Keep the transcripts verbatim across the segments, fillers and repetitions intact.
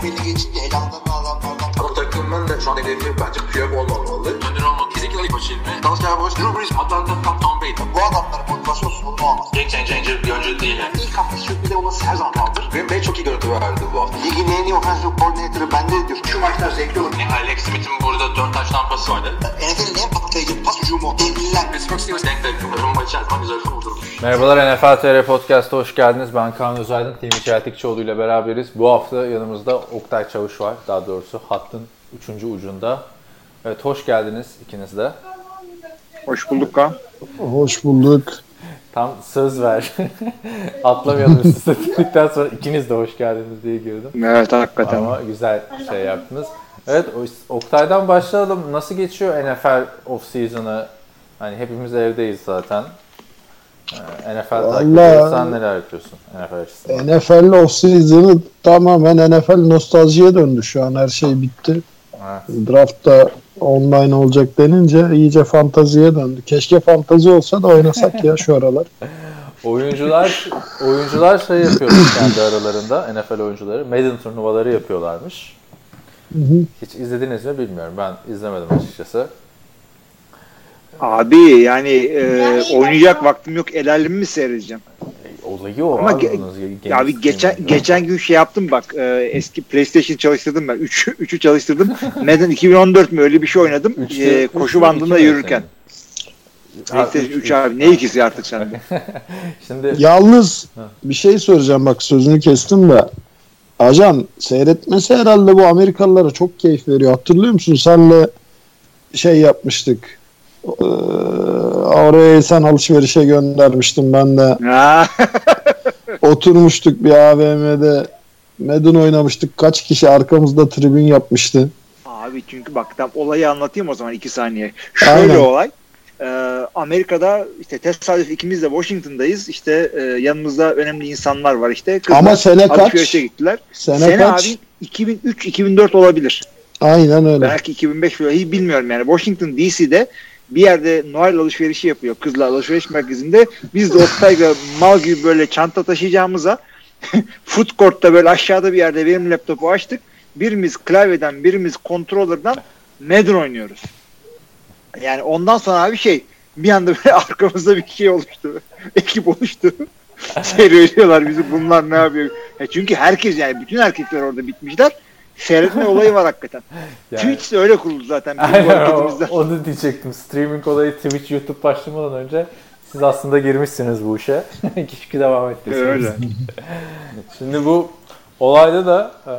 belli geçince elamdan adamlardan. Ama takımın da şu an hedefi bence Piyok olmamalı. Önder olmalı. Kesinlikle ilk maçı ilmi. Dallas Cowboys, Drew Brees, Atlanta, Tom Brady. Bu adamların motivasyon sorunu olmaz. Game changer bir oyuncu değil yani. İlk hafta sürpriz olması her zaman kaldır. Green Bay çok iyi görüntü verdi bu hafta. Ligin en iyi offensive coordinator'ı bende diyor. Şu maçlar zevkli olur. Yani Alex Smith'in burada dört taş tampası vardı. N F L'in en patlayıcı pas hücumu. Devliler. Pittsburgh Steelers denk denk. Rumba içerisinde güzel kurdurmuş. Merhabalar, N F L T R Podcast'a hoş geldiniz. Ben Kaan Özaydın, Timi Çeltikçioğlu ile beraberiz. Bu hafta yanımızda Oktay Çavuş var. Daha doğrusu hattın üçüncü ucunda. Evet, hoş geldiniz ikiniz de. Hoş bulduk Kaan. Hoş bulduk. Tam söz ver. Atlamayalım üst üste dedikten sonra ikiniz de hoş geldiniz diye girdim. Evet, hakikaten. Ama güzel şey yaptınız. Evet, Oktay'dan başlayalım. Nasıl geçiyor N F L off-season'ı? Hani hepimiz evdeyiz zaten. N F L takip ediyorsan neler yapıyorsun N F L açısından? N F L off-season'ı tamamen N F L nostaljiye döndü şu an. Her şey bitti. Evet. Draft da online olacak denince iyice fantaziye döndü. Keşke fantazi olsa da oynasak ya şu aralar. Oyuncular oyuncular şey yapıyormuş kendi aralarında, N F L oyuncuları Madden turnuvaları yapıyorlarmış. Hı hı. Hiç izlediniz mi bilmiyorum. Ben izlemedim açıkçası. Abi yani, e, oynayacak vaktim yok. El alemi mi seyredeceğim? E, olayı o. Ama abi, ge- abi geçen geçen gün şey yaptım bak. E, eski PlayStation çalıştırdım ben. üç üçü çalıştırdım. Madden iki bin on dört mü öyle bir şey oynadım. Üçte, e, koşu bandında yürürken. PlayStation üç abi. Ne ikisi artık sende? Şimdi Yalnız bir şey soracağım, bak sözünü kestim de. Ajan seyretmesi herhalde bu Amerikalılara çok keyif veriyor. Hatırlıyor musun? Senle şey yapmıştık. Ee, oraya sen alışverişe göndermiştin, ben de oturmuştuk bir A V M'de Madden oynamıştık, kaç kişi arkamızda tribün yapmıştı abi. Çünkü bak tam olayı anlatayım o zaman iki saniye. Şöyle Aynen. olay e, Amerika'da işte tesadüf ikimiz de Washington'dayız, işte e, yanımızda önemli insanlar var, işte kızlar ama sene kaç? Gittiler. Sene, sene kaç? abi iki bin üç iki bin dört olabilir. Aynen öyle. Belki iki bin beş hiç bilmiyorum yani. Washington D C'de bir yerde Noel alışverişi yapıyor kızlar alışveriş merkezinde. Biz de Oktay'la mal gibi böyle çanta taşıyacağımıza food court'ta böyle aşağıda bir yerde benim laptopu açtık. Birimiz klavyeden, birimiz controller'dan Madden oynuyoruz. Yani ondan sonra abi şey bir anda böyle arkamızda bir şey oluştu. Ekip oluştu. Seyrediyorlar bizi, bunlar ne yapıyor? Ya çünkü herkes, yani bütün erkekler orada bitmişler. Seyretme olayı var hakikaten. Yani, Twitch de öyle kuruldu zaten. Aynen, o, onu diyecektim. Streaming olayı Twitch, YouTube başlamadan önce siz aslında girmişsiniz bu işe. Keşke devam ettirsiniz. Öyle. Şimdi bu olayda da e,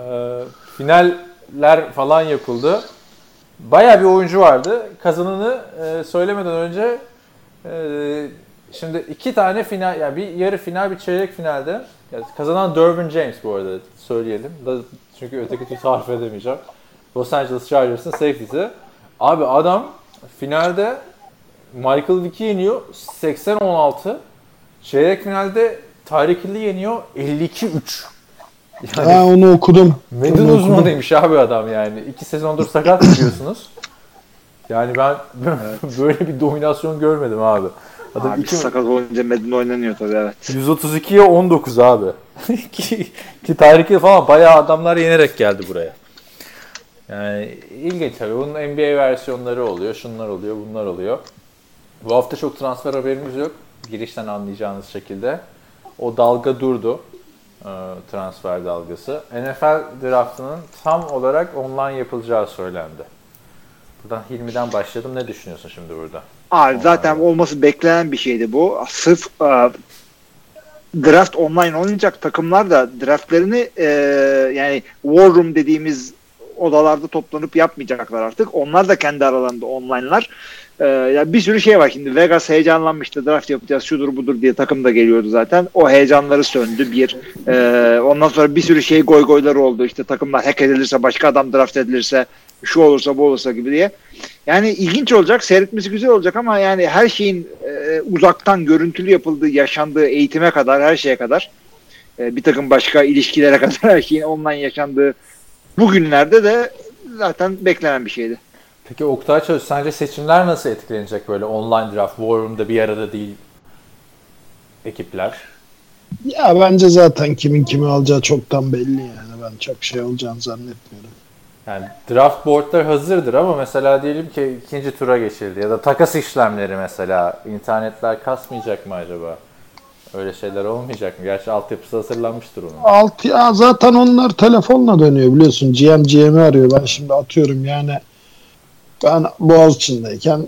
finaller falan yapıldı. Bayağı bir oyuncu vardı. Kazananı e, söylemeden önce e, şimdi iki tane final, yani bir yarı final, bir çeyrek finalde yani kazanan Derwin James, bu arada söyleyelim. Çünkü öteki tarif edemeyeceğim. Los Angeles Chargers'ın safety'si. Abi adam finalde Michael Vick'i yeniyor seksen on altı. Çeyrek finalde Tyreek Hill'i yeniyor elli iki üç. Yani ha, onu okudum. Madden uzmanıymış abi adam yani. İki sezondur sakat biliyorsunuz. Yani ben böyle bir dominasyon görmedim abi. Adam abi iki sakat olunca Madden oynanıyor tabii, evet. yüz otuz ikiye on dokuz abi. ki ki Tyreek Hill falan bayağı adamlar yenerek geldi buraya. Yani ilginç tabii. Bunun N B A versiyonları oluyor. Şunlar oluyor, bunlar oluyor. Bu hafta çok transfer haberimiz yok. Girişten anlayacağınız şekilde. O dalga durdu. Transfer dalgası. N F L draftının tam olarak online yapılacağı söylendi. Buradan Hilmi'den başladım. Ne düşünüyorsun şimdi burada? Abi online zaten olması beklenen bir şeydi bu. Sırf uh, draft online oynayacak takımlar da draftlerini e, yani War Room dediğimiz odalarda toplanıp yapmayacaklar artık. Onlar da kendi aralarında online'lar. Ee, yani bir sürü şey var şimdi. Vegas heyecanlanmıştı. Draft yapacağız, şudur budur diye takım da geliyordu zaten. O heyecanları söndü bir. Ee, ondan sonra bir sürü şey goy goyları oldu. İşte takımlar hack edilirse, başka adam draft edilirse, şu olursa bu olursa gibi diye. Yani ilginç olacak. Seyretmesi güzel olacak ama yani her şeyin e, uzaktan görüntülü yapıldığı, yaşandığı, eğitime kadar, her şeye kadar, e, bir takım başka ilişkilere kadar her şeyin online yaşandığı bugünlerde de zaten beklenen bir şeydi. Peki Oktay Çavuş, sence seçimler nasıl etkilenecek böyle online draft, War Room'da bir arada değil ekipler? Ya bence zaten kimin kimi alacağı çoktan belli yani. Ben çok şey olacağını zannetmiyorum. Yani draft boardlar hazırdır ama mesela diyelim ki ikinci tura geçildi ya da takas işlemleri mesela internetler kasmayacak mı acaba? Öyle şeyler olmayacak mı? Gerçi altyapısı hazırlanmıştır onun. Alt ya zaten onlar telefonla dönüyor biliyorsun. G M G M'i arıyor. Ben şimdi atıyorum yani ben Boğaziçi'ndeyken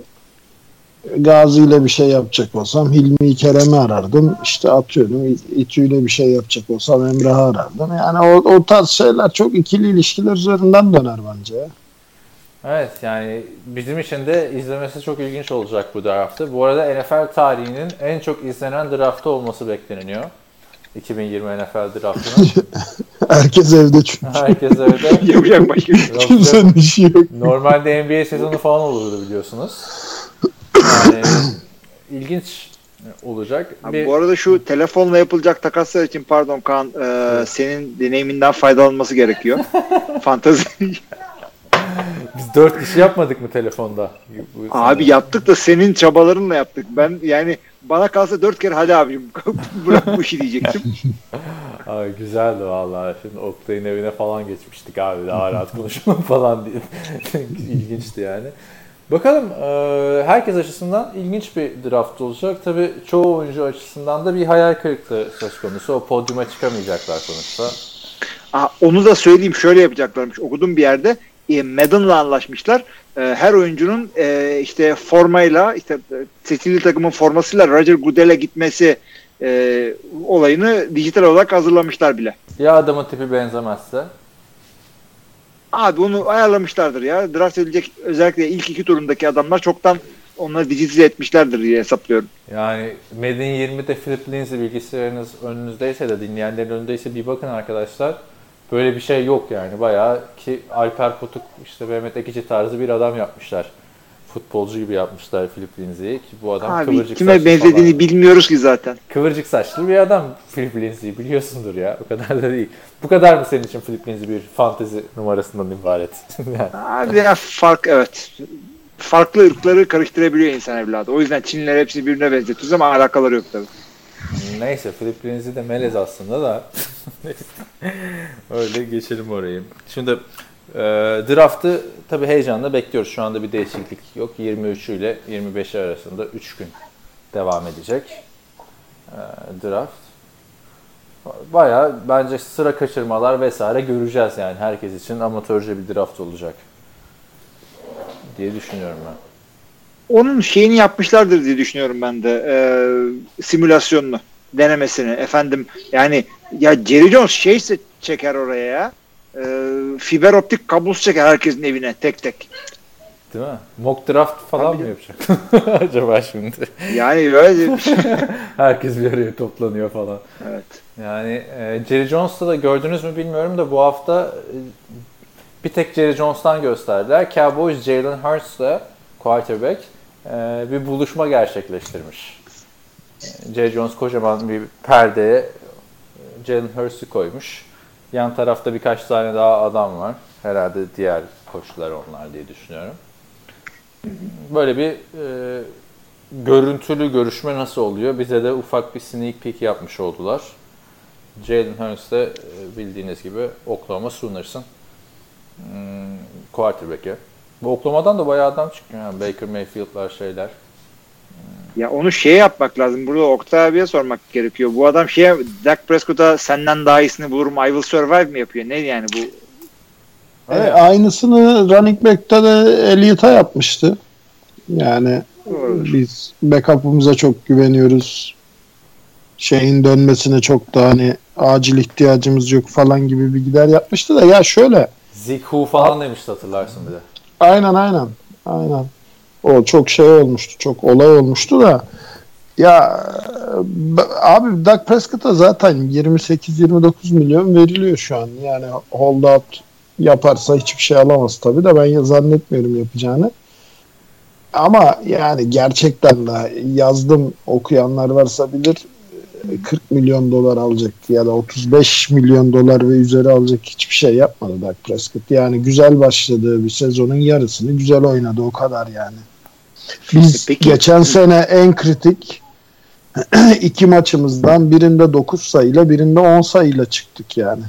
Gazi ile bir şey yapacak olsam Hilmi Kerem'i arardım. İşte atıyorum İTÜ ile bir şey yapacak olsam Emrah'ı arardım. Yani o, o tarz şeyler çok ikili ilişkiler üzerinden döner bence. Evet yani bizim için de izlemesi çok ilginç olacak bu draftı. Bu arada N F L tarihinin en çok izlenen draftı olması bekleniyor. iki bin yirmi N F L draftının. Herkes evde çünkü. Herkes evde. Yapacak başka bir şey. Kimsenin işi yok. Normalde N B A sezonu falan olurdu biliyorsunuz. Yani ilginç olacak. Abi Bir... Bu arada şu telefonla yapılacak takaslar için pardon Kaan e, evet. senin deneyiminden faydalanması gerekiyor. Fantezi. Biz dört kişi yapmadık mı telefonda? Bu abi sene. Yaptık da senin çabalarınla yaptık. Ben yani bana kalsa dört kere hadi abicim bırak bu işi diyecektim. Abi güzeldi vallahi. Şimdi Oktay'ın evine falan geçmiştik abi. Daha rahat konuşalım falan diye. İlginçti yani. Bakalım herkes açısından ilginç bir draft olacak. Tabii çoğu oyuncu açısından da bir hayal kırıklığı söz konusu. O podyuma çıkamayacaklar sonuçta. Aa, onu da söyleyeyim şöyle yapacaklarmış. Okudum bir yerde. E, Madden'la anlaşmışlar. E, her oyuncunun e, işte formayla işte seçili takımın formasıyla Roger Goodell'e gitmesi e, olayını dijital olarak hazırlamışlar bile. Ya adamın tipi benzemezse? Abi onu ayarlamışlardır ya. Draft edilecek özellikle ilk iki turundaki adamlar çoktan onları dijitalize etmişlerdir diye hesaplıyorum. Yani Madden yirmide Philip Lindsay bilgisayarınız önünüzdeyse de dinleyenlerin önündeyse bir bakın arkadaşlar. Böyle bir şey yok yani. Bayağı ki Alper Potuk işte Mehmet Ekici tarzı bir adam yapmışlar. Futbolcu gibi yapmışlar Philip Lindsay'i ki bu adam abi, kıvırcık kime saçlı benzediğini falan. Bilmiyoruz ki zaten. Kıvırcık saçlı bir adam Philip Lindsay biliyorsundur ya. O kadar da değil. Bu kadar mı senin için Philip Lindsay bir fantezi numarasından ibaret? Yani. Abi ya fark evet. Farklı ırkları karıştırabiliyor insan evladı. O yüzden Çinliler hepsini birbirine benzetiyoruz ama alakaları yok tabii. Neyse Philip Lindsay de melez aslında da. Öyle geçelim orayı. Şimdi e, draft'ı tabii heyecanla bekliyoruz. Şu anda bir değişiklik yok. yirmi üçü ile yirmi beşi arasında üç gün devam edecek e, draft. Bayağı bence sıra kaçırmalar vesaire göreceğiz yani. Herkes için amatörce bir draft olacak diye düşünüyorum ben. Onun şeyini yapmışlardır diye düşünüyorum ben de. Ee, simülasyonunu, denemesini. Efendim yani ya Jerry Jones şeyse çeker oraya ya. Ee, fiber optik kablosu çeker herkesin evine tek tek. Değil mi? Mock draft falan Tabii mı yapacak? Acaba şimdi? Yani böyle bir şey. Herkes bir araya toplanıyor falan. Evet. Yani e, Jerry Jones'ta da gördünüz mü bilmiyorum da bu hafta e, bir tek Jerry Jones'tan gösterdiler. Cowboys Jalen Hurts'la quarterback e, bir buluşma gerçekleştirmiş. E, Jerry Jones kocaman bir perdeye Jalen Hurts'u koymuş. Yan tarafta birkaç tane daha adam var. Herhalde diğer koçlar onlar diye düşünüyorum. Böyle bir e, görüntülü görüşme nasıl oluyor? Bize de ufak bir sneak peek yapmış oldular. Jalen Hurts de e, bildiğiniz gibi Oklahoma Sooners'ın hmm, quarterback'i. Bu Oklahoma'dan da bayağı adam çıkıyor. Yani Baker Mayfield'lar şeyler. Ya onu şey yapmak lazım. Burada Oktay abiye sormak gerekiyor. Bu adam şeye Dak Prescott'a senden daha iyisini bulurum I will survive mi yapıyor? Ne yani bu? Evet. E, aynısını running back'te de Elliott'a yapmıştı. Yani Doğrudur. Biz backup'ımıza çok güveniyoruz. Şeyin dönmesine çok da hani acil ihtiyacımız yok falan gibi bir gider yapmıştı da ya şöyle. Zeke Who falan demişti hatırlarsın bir de. Aynen aynen. Aynen. O çok şey olmuştu. Çok olay olmuştu da ya abi Dak Prescott'a zaten yirmi sekiz yirmi dokuz milyon veriliyor şu an. Yani hold out yaparsa hiçbir şey alamaz tabii de ben zannetmiyorum yapacağını. Ama yani gerçekten de yazdım okuyanlar varsa bilir kırk milyon dolar alacak ya da otuz beş milyon dolar ve üzeri alacak hiçbir şey yapmadı Dak Prescott. Yani güzel başladığı bir sezonun yarısını güzel oynadı o kadar yani. Biz Peki. geçen sene en kritik iki maçımızdan birinde dokuz sayıyla birinde on sayıyla çıktık yani.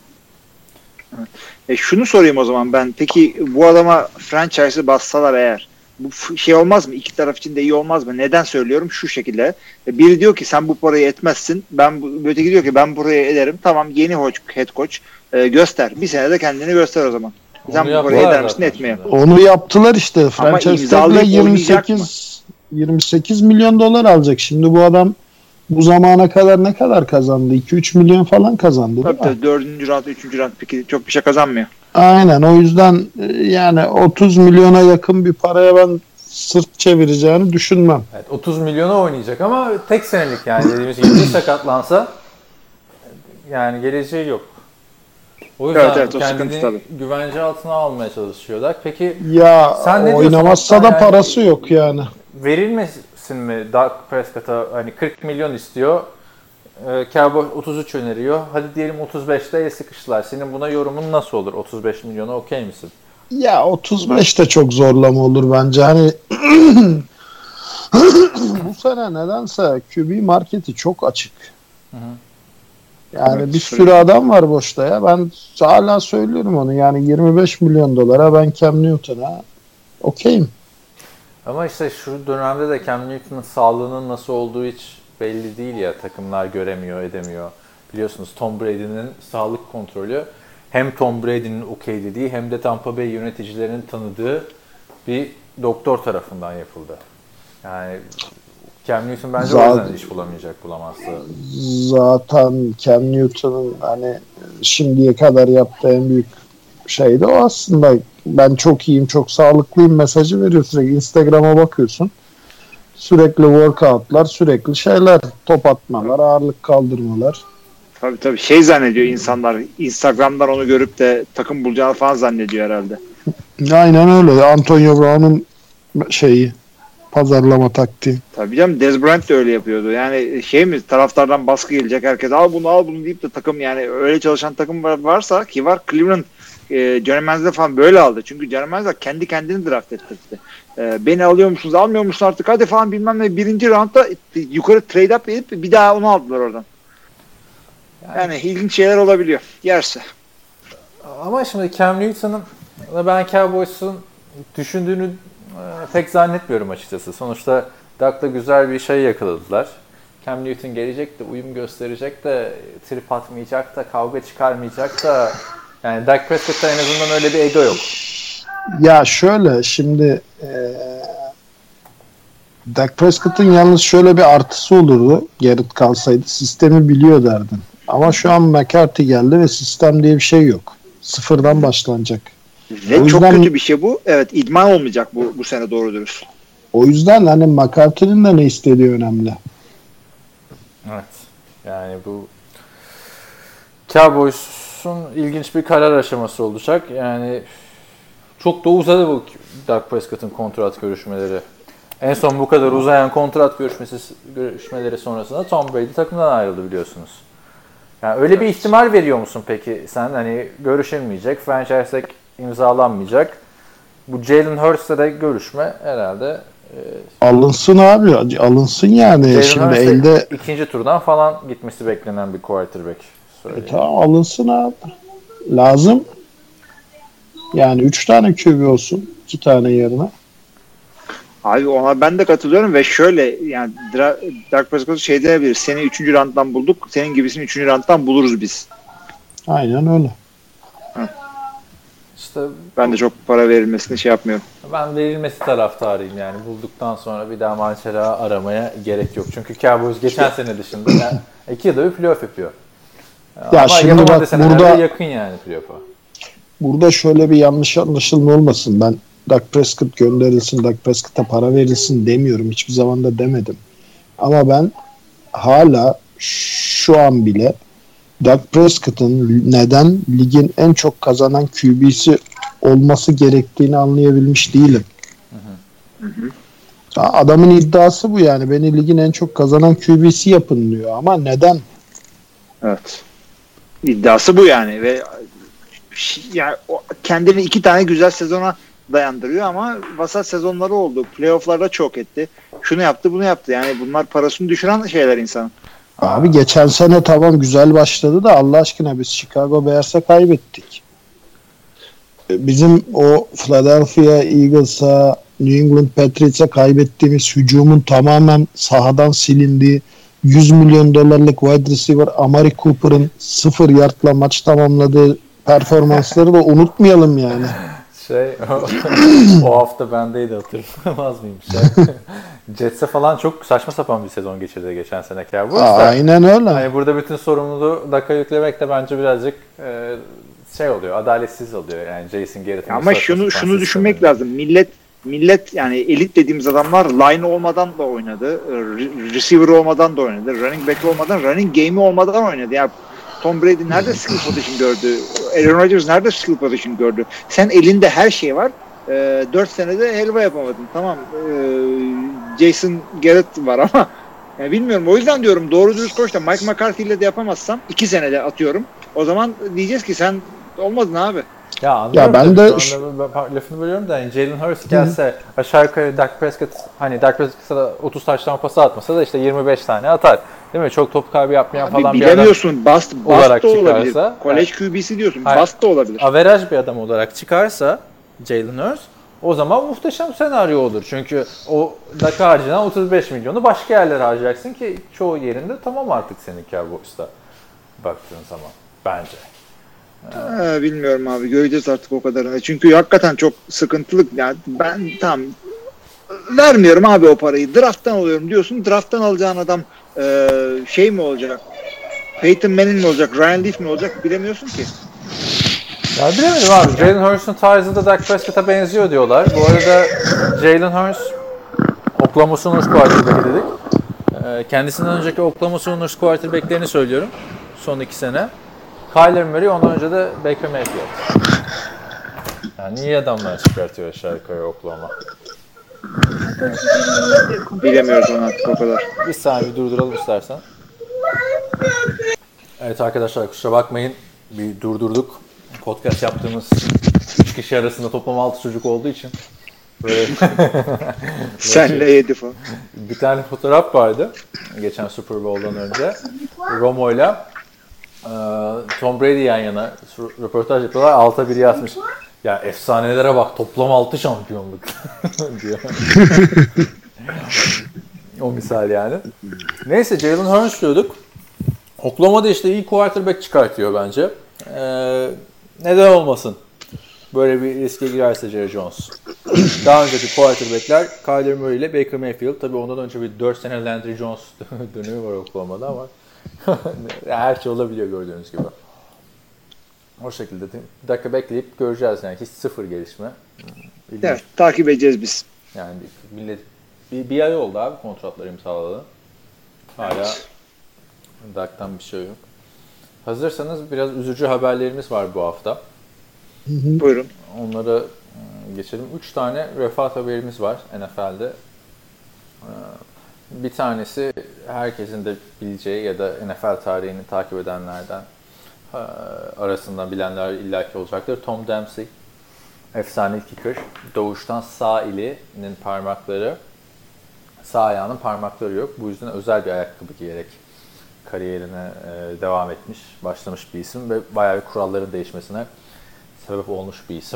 E şunu sorayım o zaman ben. Peki bu adama franchise'ı bassalar eğer bu f- şey olmaz mı? İki taraf için de iyi olmaz mı? Neden söylüyorum? Şu şekilde. E, Biri diyor ki sen bu parayı etmezsin. Ben bu, öteki diyor ki ben burayı ederim. Tamam yeni hoç, head coach e, göster. Bir sene de kendini göster o zaman. Sen Onu bu parayı yaptılar eder misin zaten etmeye? şimdi. Onu yaptılar işte. Franchise imzalayıp tag'le oynayacak yirmi sekiz yirmi sekiz milyon dolar alacak. Şimdi bu adam bu zamana kadar ne kadar kazandı? iki üç milyon falan kazandı değil Tabii mi? tabii dördüncü round, üçüncü round peki çok bir şey kazanmıyor. Aynen, o yüzden e, yani otuz milyona yakın bir paraya ben sırt çevireceğini düşünmem. Evet, otuz milyona oynayacak ama tek senelik yani dediğimiz gibi bir sakatlansa yani geleceği yok. O yüzden Evet, evet, o sıkıntı kendini tabii. güvence altına almaya çalışıyorlar. Peki Ya Sen ne diyorsun? oynamazsa da Yani- parası yok yani. verilmesin mi Dak Prescott'a hani kırk milyon istiyor. E, Cowboys otuz üç öneriyor. Hadi diyelim otuz beşte el sıkıştılar. Senin buna yorumun nasıl olur? otuz beş milyona okey misin? Ya otuz beş de çok zorlama olur bence. Hani bu sene nedense Q B marketi çok açık. Hı hı. Yani Evet, bir sürekli. sürü adam var boşta ya. Ben hala söylüyorum onu. Yani yirmi beş milyon dolara ben Cam Newton'a okeyim. Ama işte şu dönemde de Cam Newton'un sağlığının nasıl olduğu hiç belli değil ya. Takımlar göremiyor, edemiyor. Biliyorsunuz Tom Brady'nin sağlık kontrolü hem Tom Brady'nin okey dediği hem de Tampa Bay yöneticilerinin tanıdığı bir doktor tarafından yapıldı. Yani Cam Newton bence Zaten- o yüzden iş bulamayacak, bulamazsa. Zaten Cam Newton'un hani şimdiye kadar yaptığı en büyük şey de o aslında. Ben çok iyiyim, çok sağlıklıyım mesajı veriyor sürekli. Instagram'a bakıyorsun. Sürekli workoutlar, sürekli şeyler, top atmalar, ağırlık kaldırmalar. Tabii tabii şey zannediyor insanlar. Instagram'dan onu görüp de takım bulacağını falan zannediyor herhalde. Aynen öyle. Antonio Brown'un şeyi, pazarlama taktiği. Tabii canım Dez Bryant de öyle yapıyordu. Yani şey mi taraftardan baskı gelecek herkes al bunu al bunu deyip de takım yani öyle çalışan takım var- varsa ki var Cleveland e, Johnny Manziel falan böyle aldı. Çünkü Johnny Manziel kendi kendini draft ettirdi. E, beni alıyor musunuz almıyor musunuz artık hadi falan bilmem ne birinci roundda yukarı trade up edip bir daha onu aldılar oradan. Yani ilginç şeyler olabiliyor. Yerse. Ama şimdi Cam Newton'un ben Cowboys'un düşündüğünü e, pek zannetmiyorum açıkçası. Sonuçta Dak'la güzel bir şey yakaladılar. Cam Newton gelecek de uyum gösterecek de trip atmayacak da kavga çıkarmayacak da yani Dak Prescott'ta en azından öyle bir ego yok. Ya şöyle şimdi eee Dak Prescott'ın yalnız şöyle bir artısı olurdu. Garrett kalsaydı sistemi biliyor derdin. Ama şu an McCarthy geldi ve sistem diye bir şey yok. Sıfırdan başlanacak. Ve O çok yüzden- kötü bir şey bu. Evet idman olmayacak bu bu sene doğru dürüst. O yüzden hani McCarthy'nin de ne istediği önemli. Evet. Yani bu Cowboys'un ilginç bir karar aşaması olacak. Yani çok da uzadı bu Dak Prescott'ın kontrat görüşmeleri. En son bu kadar uzayan kontrat görüşmesi görüşmeleri sonrasında Tom Brady takımdan ayrıldı biliyorsunuz. Yani öyle bir ihtimal veriyor musun peki sen hani görüşülmeyecek, franchise tag imzalanmayacak. Bu Jalen Hurts'la da görüşme herhalde e, Alınsın abi. Alınsın yani. Jalen Şimdi Hurts de elde ikinci turdan falan gitmesi beklenen bir quarterback. E Söyleyeyim. tamam, alınsın abi. Lazım. Yani üç tane Q B olsun. iki tane yerine. Abi ona ben de katılıyorum ve şöyle yani Dra- Dak Prescott şey diyebilir. Seni üçüncü rounddan bulduk. Senin gibisini üçüncü rounddan buluruz biz. Aynen öyle. İşte Ben de çok para verilmesini şey yapmıyorum. ben verilmesi taraftarıyım yani. Bulduktan sonra bir daha Manchera aramaya gerek yok. Çünkü Cowboys geçen sene dışında yani iki yılda bir playoff yapıyor. Ya Ama şimdi yapamadı bak senelerde burada- yakın yani playoff'a. Burada şöyle bir yanlış anlaşılma olmasın. Ben Dak Prescott gönderilsin, Dak Prescott'a para verilsin demiyorum. Hiçbir zaman da demedim. Ama ben hala şu an bile Dak Prescott'ın neden ligin en çok kazanan Q B'si olması gerektiğini anlayabilmiş değilim. Adamın iddiası bu yani. Beni ligin en çok kazanan Q B'si yapın diyor. Ama neden? Evet. İddiası bu yani ve ş- yani o kendini iki tane güzel sezona dayandırıyor ama vasat sezonları oldu. Playoff'larda çok etti. şunu yaptı, bunu yaptı. Yani bunlar parasını düşüren şeyler insanın. Abi geçen sene tamam güzel başladı da Allah aşkına biz Chicago Bears'a kaybettik. Bizim o Philadelphia Eagles'a, New England Patriots'a kaybettiğimiz hücumun tamamen sahadan silindiği yüz milyon dolarlık wide receiver Amari Cooper'ın sıfır yardla maç tamamladığı performansları da unutmayalım yani. Şey, o hafta bendeydi, hatırlamaz mıyım? Şey. Jets'e falan çok saçma sapan bir sezon geçirdi geçen sene Cowboys. Aynen öyle. Yani burada bütün sorumluluğu Dak'a yüklemek de bence birazcık e, şey oluyor, adaletsiz oluyor. Yani Jason Garrett'ın Ama şunu şunu düşünmek lazım. Millet millet yani elit dediğimiz adamlar line olmadan da oynadı. Re- receiver olmadan da oynadı. Running back olmadan, running game'i olmadan oynadı. Yani Tom Brady nerede skill position gördü? Aaron Rodgers nerede skill position gördü? Sen elinde her şey var. E, dört senede helva yapamadın. Tamam. E, Jason Garrett var ama yani bilmiyorum. O yüzden diyorum doğru dürüst koç da Mike McCarthy ile de yapamazsam iki senede atıyorum. O zaman diyeceğiz ki sen olmadın abi. Ya anlıyorum. Ya ben de şu anda lafını bölüyorum da yani Jalen Hurts gelse aşağı yukarı Dak Prescott, hani Dak Prescott'a da otuz taştan pası atmasa da işte yirmi beş tane atar. Değil mi? Çok top kaybı yapmayan Abi falan bir bilemiyorsun. Bust, bust olarak da olabilir. çıkarsa, Kolej yani, Q B'si diyorsun. hayır, Bust da olabilir. averaj bir adam olarak çıkarsa Jalen Hurts, o zaman muhteşem senaryo olur. Çünkü o Dak'a harcanan otuz beş milyonu başka yerlere harcayacaksın ki çoğu yerinde tamam artık senin Cowboys'ta baktığın zaman bence. Ha, bilmiyorum abi. Göreceğiz artık o kadarını. Çünkü hakikaten çok sıkıntılı. Yani ben tam vermiyorum abi o parayı. Draft'tan alıyorum diyorsun. Draft'tan alacağın adam e, şey mi olacak? Peyton Manning mi olacak? Ryan Leaf mi olacak? Bilemiyorsun ki. Ya bilemedim abi. Jalen Hurts'un tarzı da Dak Prescott'a benziyor diyorlar. Bu arada Jalen Hurts Oklahoma Sooners quarterback'i dedik. Ee, kendisinden önceki Oklahoma Sooners quarterback'lerini söylüyorum. Son iki sene. Kyler Murray, ondan önce de Baker Mayfield. Yani iyi adamlar çıkartıyor aşağı yukarı Oklahoma. Bilemiyoruz onu artık o kadar. Bir saniye bir durduralım istersen. Evet arkadaşlar, kusura bakmayın. Bir durdurduk. Podcast yaptığımız üç kişi arasında toplam altı çocuk olduğu için böyle Senle yedi falan. bir tane fotoğraf vardı geçen Super Bowl'dan önce. Romo'yla e, Tom Brady yan yana röportaj yapıyorlar. Alta biri yazmış. Ya efsanelere bak, toplam altı şampiyonluk diyor. O misal yani. Neyse, Jalen Hurts diyorduk. Oklahoma'da işte iyi quarterback çıkartıyor bence. Ee, neden olmasın? Böyle bir riske girerse Jerry Jones. Daha önceki quarterback'ler Kyler Murray ile Baker Mayfield. Tabii ondan önce bir dört sene Landry Jones dönemi var Oklahoma'da ama her şey olabiliyor gördüğünüz gibi. O şekilde bir dakika bekleyip göreceğiz yani, hiç sıfır gelişme. İlginç. Evet, takip edeceğiz biz. Yani millet bir, bir ay oldu abi kontratları imzaladı. Hala Dak'tan bir şey yok. Hazırsanız biraz üzücü haberlerimiz var bu hafta. Hı hı. Buyurun. Onlara geçelim. Üç tane vefat haberimiz var N F L'de. Bir tanesi herkesin de bileceği ya da N F L tarihini takip edenlerden arasından bilenler illaki olacaktır. Tom Dempsey, efsane kicker. Doğuştan sağ elinin parmakları, sağ ayağının parmakları yok. Bu yüzden özel bir ayakkabı giyerek kariyerine devam etmiş, başlamış bir isim ve bayağı bir kuralların değişmesine sebep olmuş bir isim.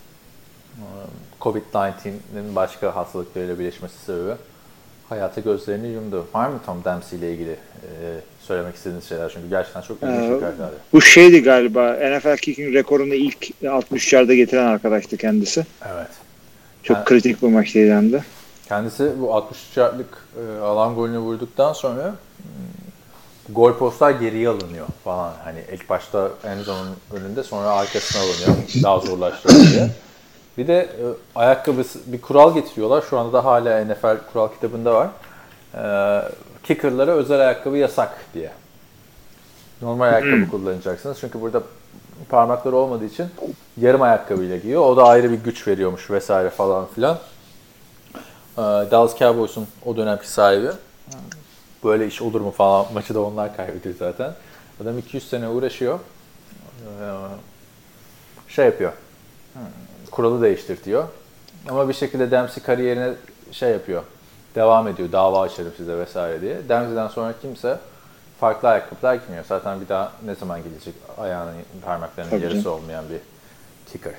covid on dokuzun başka hastalıklarıyla birleşmesi sebebi hayata gözlerini yumdu. Var mı Tom Dempsey ile ilgili e, söylemek istediğiniz şeyler? Çünkü gerçekten çok ilginç bir karakter. Bu şeydi galiba, N F L kicking rekorunu ilk altmış yard'a getiren arkadaştı kendisi. Evet. Çok Yani, kritik bir maçtaydı hem de. kendisi bu altmış yardlık e, alan golünü vurduktan sonra m, gol postlar geriye alınıyor falan. Hani ilk başta en zonun önünde, sonra arkasına alınıyor. Daha zorlaştırıyor diye. Bir de e, ayakkabısı, bir kural getiriyorlar. Şu anda da hala N F L kural kitabında var. E, kicker'lara özel ayakkabı yasak diye. Normal ayakkabı hmm. kullanacaksınız. Çünkü burada parmakları olmadığı için yarım ayakkabıyla giyiyor. O da ayrı bir güç veriyormuş vesaire falan filan. E, Dallas Cowboys'un o dönemki sahibi. Böyle iş olur mu falan. Maçı da onlar kaybediyor zaten. Adam iki yüz sene uğraşıyor. E, şey yapıyor. Hmm. Kuralı değiştirtiyor. Ama bir şekilde Dempsey kariyerine şey yapıyor. devam ediyor. Dava açarım size vesaire diye. Dempsey'den sonra kimse farklı ayakkabılar giymiyor. Zaten bir daha ne zaman gidecek ayağının parmaklarının Tabii yarısı canım. olmayan bir kicker.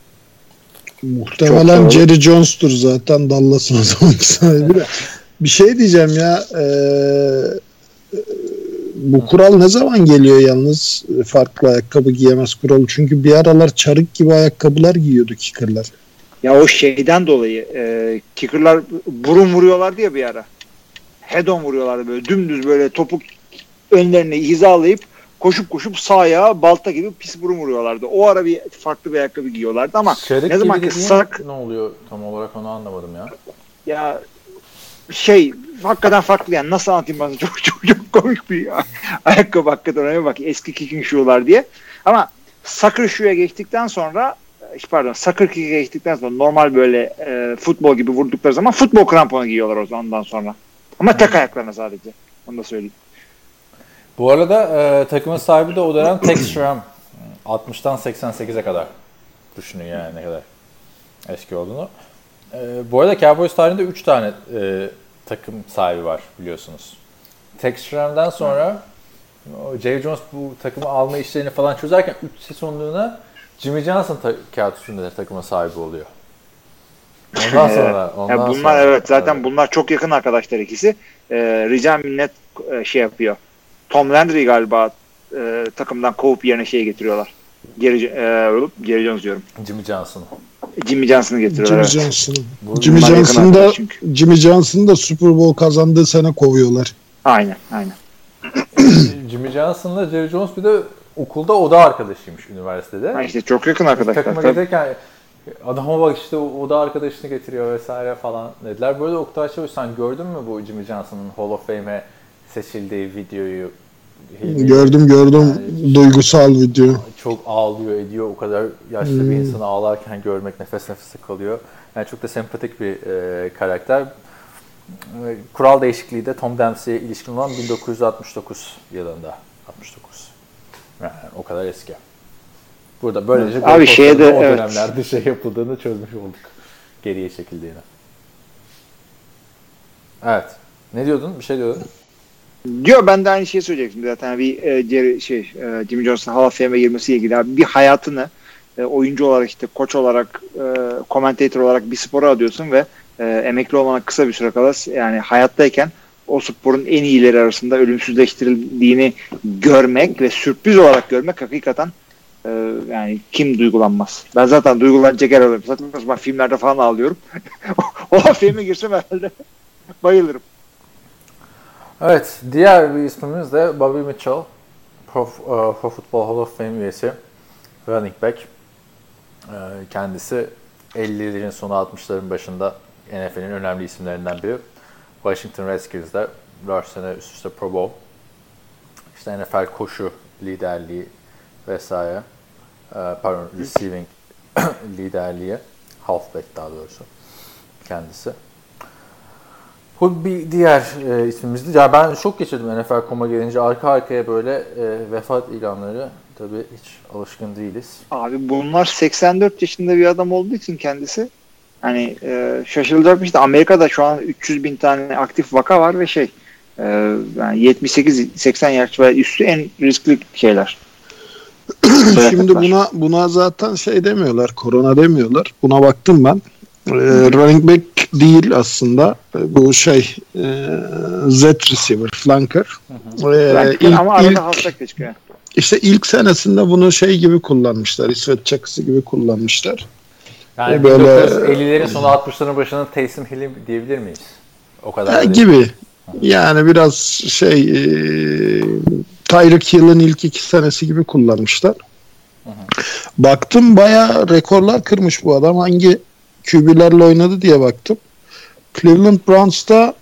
Muhtemelen Jerry Jones'tur zaten Dallas'ın o zamanki sahibi de. Bir şey diyeceğim ya. eee, bu kural ne zaman geliyor yalnız? Farklı ayakkabı giyemez kuralı. Çünkü bir aralar çarık gibi ayakkabılar giyiyordu kicker'lar. Ya o şeyden dolayı e, kicker'lar burun vuruyorlardı ya bir ara. Head on vuruyorlardı böyle dümdüz böyle topuk önlerine hizalayıp koşup koşup sağ ayağa balta gibi pis burun vuruyorlardı. O ara bir farklı bir ayakkabı giyiyorlardı ama Şerik ne zaman gibi ki dediğin sak ne oluyor tam olarak onu anlamadım ya. ya şey hakikaten farklı yani nasıl anlatayım ben çok çok çok komik bir ya. Ayakkabı hakikaten öyle bak eski kicking shoe'lar diye. Ama soccer shoe'ya geçtikten sonra pardon soccer kick'e geçtikten sonra normal böyle e, futbol gibi vurdukları zaman futbol kramponu giyiyorlar o zamandan sonra. Ama tek ayaklarına sadece. Onu da söyleyeyim. Bu arada e, takımın sahibi de o dönem Tex Schramm. altmıştan seksen sekize kadar. Düşünün yani ne kadar eski olduğunu. E, bu arada Cowboys tarihinde üç tane e, takım sahibi var biliyorsunuz. Tex Schramm'dan sonra o Jerry Jones bu takımı alma işlerini falan çözerken üç sezonluğuna Jimmy Johnson ta- kağıt üstünde takımın sahibi oluyor. Ondan sonra ondan Ya bunlar sonra, evet zaten evet. bunlar çok yakın arkadaşlar ikisi. Ee, rica minnet e, şey yapıyor. Tom Landry galiba e, takımdan kovup yerine şey getiriyorlar. Geri e, Geri Jones diyorum. Jimmy Johnson. Jimmy Johnson'ı getiriyorlar. Jimmy Evet. Johnson'ı. Bu- Jimmy bunlar yakın Johnson'ı da arkadaş çünkü. Jimmy Johnson'ı da Super Bowl kazandığı sene kovuyorlar. Aynen aynen. Jimmy Johnson'la Jerry Jones bir de okulda oda arkadaşıymış üniversitede. Ha işte çok yakın arkadaşlar. Takıma Tabii. gelirken adama bak işte o da arkadaşını getiriyor vesaire falan dediler. Böyle Oktay Çavuş sen gördün mü bu Jimmy Johnson'ın Hall of Fame'e seçildiği videoyu? Gördüm gördüm Yani duygusal video. çok ağlıyor ediyor. O kadar yaşlı bir Hmm. insanı ağlarken görmek nefes nefese kalıyor. Yani çok da sempatik bir e, karakter. E, Kural değişikliği de Tom Dempsey'e ilişkin olan bin dokuz yüz altmış dokuz yılında. altmış dokuz. Yani o kadar eski. Burada böylece Abi gol şeye de, postlarında o evet. dönemlerde şey yapıldığını çözmüş olduk. Geriye çekildiğini. Evet. Ne diyordun? Bir şey diyordun. Diyor ben de aynı şeyi söyleyecektim zaten bir e, Jerry, şey e, Jimmy Johnson Hall of Fame'e girmesiyle ilgili abi bir hayatını e, oyuncu olarak işte koç olarak e, komentatör olarak bir spora adıyorsun ve e, emekli olmana kısa bir süre kala yani hayattayken o sporun en iyileri arasında ölümsüzleştirildiğini görmek ve sürpriz olarak görmek hakikaten e, yani kim duygulanmaz. Ben zaten duygulanacak yer alıyorum. Zaten ben filmlerde falan ağlıyorum. O Hall of Fame'e girsem herhalde bayılırım. Evet. Diğer bir ismimiz de Bobby Mitchell. Pro, uh, Pro Football Hall of Fame üyesi. Running back. Uh, kendisi ellilerin sonu altmışların başında N F L'in önemli isimlerinden biri. Washington Redskins'de dört sene üst üste Pro Bowl. İşte N F L koşu liderliği vesaire. Uh, pardon, receiving liderliği. Halfback daha doğrusu. Kendisi. Bu bir diğer e, ismimizdi. Ya ben şok geçirdim N F L nokta com'a gelince. Arka arkaya böyle e, vefat ilanları. Tabii hiç alışkın değiliz. Abi bunlar seksen dört yaşında bir adam olduğu için kendisi hani e, şaşırılacak bir şey de Amerika'da şu an üç yüz bin tane aktif vaka var ve şey e, yani yetmiş sekiz seksen yaş ve üstü en riskli şeyler. Şimdi buna buna zaten şey demiyorlar, korona demiyorlar. Buna baktım ben. Ee, running back değil aslında. Bu şey e, Z receiver, flanker. Ee, ilk, ama arada ilk, hasta çıkıyor. işte ilk senesinde bunu şey gibi kullanmışlar. İsveç çakısı gibi kullanmışlar. Yani E, böyle- bin dokuz yüz ellilerin sonu altmışların başının Taysom Hill'i diyebilir miyiz? O kadar Ha, da değil. gibi. Yani biraz şey e, Tyreek Hill'in ilk iki senesi gibi kullanmışlar. Baktım bayağı rekorlar kırmış bu adam. Hangi Q B'lerle oynadı diye baktım. Cleveland Browns'ta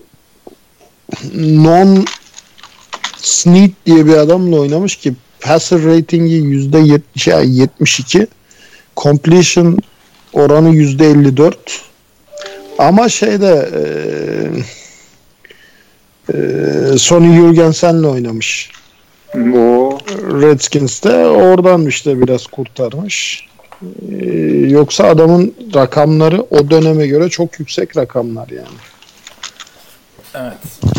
non Snead diye bir adamla oynamış ki passer ratingi yüzde yetmiş iki, completion oranı yüzde elli dört. Ama şeyde e, e, Sonny Jurgensen'le oynamış. O Redskins'te oradan işte biraz kurtarmış. Ee, yoksa adamın rakamları o döneme göre çok yüksek rakamlar yani. Evet.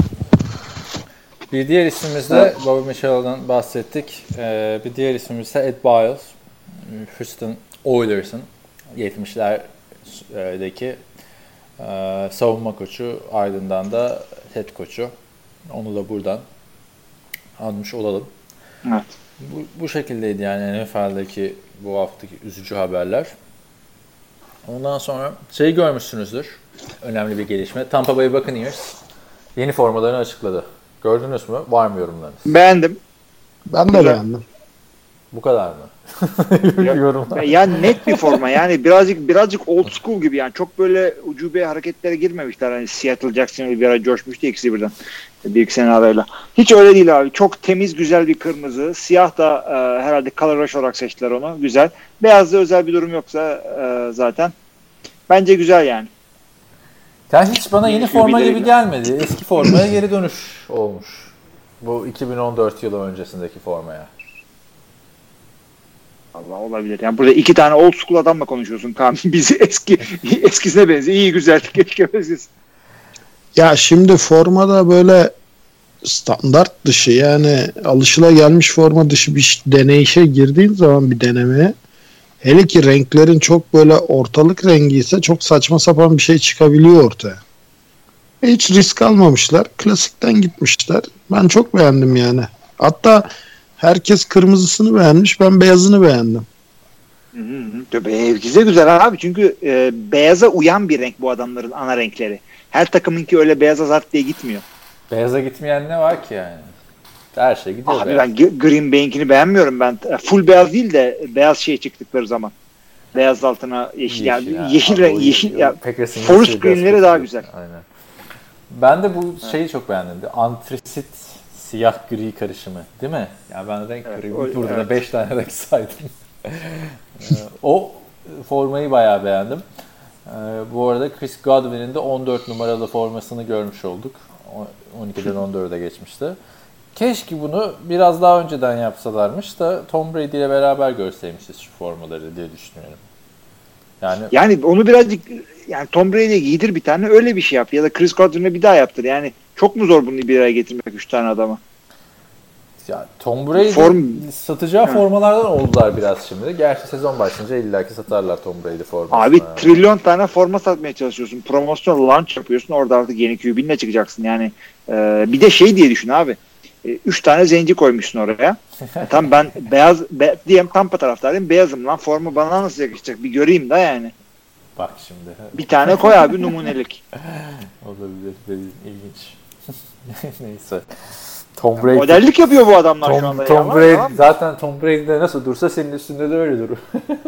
Bir diğer ismimiz de Bobby Mitchell'dan bahsettik. Ee, bir diğer ismimiz de Ed Biles. Houston Oilers'ın yetmişlerdeki e, savunma koçu, ardından da head koçu. Onu da buradan almış olalım. Evet. Bu, bu şekildeydi yani N F L'deki bu haftaki üzücü haberler. Ondan sonra şey görmüşsünüzdür. Önemli bir gelişme. Tampa Bay Buccaneers yeni formalarını açıkladı. Gördünüz mü? Var mı yorumlarınız? Beğendim. Ben de Güzel. beğendim. Bu kadar mı? Yorumlar. Yani net bir forma. Yani birazcık birazcık old school gibi yani. Çok böyle ucube hareketlere girmemişler. Hani Seattle Jacksonville bir ara coşmuştu ikisi birden. Bir iki sene arayla. Hiç öyle değil abi. Çok temiz, güzel bir kırmızı. Siyah da e, herhalde color rush olarak seçtiler onu. Güzel. Beyazda özel bir durum yoksa e, zaten. Bence güzel yani. Yani hiç bana yeni Şu forma bilekle. gibi gelmedi. Eski formaya geri dönüş olmuş. Bu iki bin on dört yılı öncesindeki formaya. Allah olabilir. Yani burada iki tane old school adamla konuşuyorsun Kaan. Bizi eski eskisine benziyor. İyi güzel. Keşke benzesin. Ya şimdi formada böyle standart dışı yani alışılagelmiş forma dışı bir deneyişe girdiğin zaman bir denemeye hele ki renklerin çok böyle ortalık rengi ise çok saçma sapan bir şey çıkabiliyor ortaya. Hiç risk almamışlar. Klasikten gitmişler. Ben çok beğendim yani. Hatta herkes kırmızısını beğenmiş. Ben beyazını beğendim. Hı hı. Herkese güzel abi. Çünkü e, beyaza uyan bir renk bu adamların ana renkleri. Her takımınki öyle beyaza zart diye gitmiyor. Beyaza gitmeyen ne var ki yani? Her şey gidiyor. Abi beyaz. ben G- Green Bay'inkini beğenmiyorum ben. Full beyaz değil de beyaz şey çıktıkları zaman. Beyaz altına yeşil. Yani ya. yeşil Abi renk, o- yeşil. o Ya, Packers'ın forest yeşil green'leri beyaz daha kokuyor. güzel. Aynen. Ben de bu şeyi çok beğendim. Antrasit siyah gri karışımı. Değil mi? Ya ben renk Evet, karıyım. o- Burada evet. da beş tane renk saydım. Ee, o formayı bayağı beğendim. Ee, bu arada Chris Godwin'in de on dört numaralı formasını görmüş olduk. on ikiden on dörde geçmişti. Keşke bunu biraz daha önceden yapsalarmış da Tom Brady ile beraber görseymişiz şu formaları diye düşünüyorum. Yani Yani onu birazcık yani Tom Brady'ye giydir bir tane öyle bir şey yap. Ya da Chris Godwin'e bir daha yaptır. Yani çok mu zor bunu bir araya getirmek üç tane adama? ya Tom Brady Form- satacağı Ha. formalardan oldular biraz şimdi. Gerçi sezon başlayınca illaki satarlar Tom Brady formasını. Abi trilyon tane forma satmaya çalışıyorsun. Promosyon launch yapıyorsun. Orada artık yeni Q B'nle çıkacaksın. Yani e, bir de şey diye düşün abi. E, üç tane zenci koymuşsun oraya. E, tam ben beyaz be, diyelim Tampa taraftarıyım. Beyazım lan. Forma bana nasıl yakışacak? Bir göreyim de yani. Bak şimdi. Bir tane koy abi numunelik. Olabilir. Benim ilginç. Neyse. Tom Brady. Modellik yapıyor bu adamlar Tom, şu anda. Tom ya. Brady Tamam mı? zaten Tom Brady'de nasıl dursa senin üstünde de öyle durur.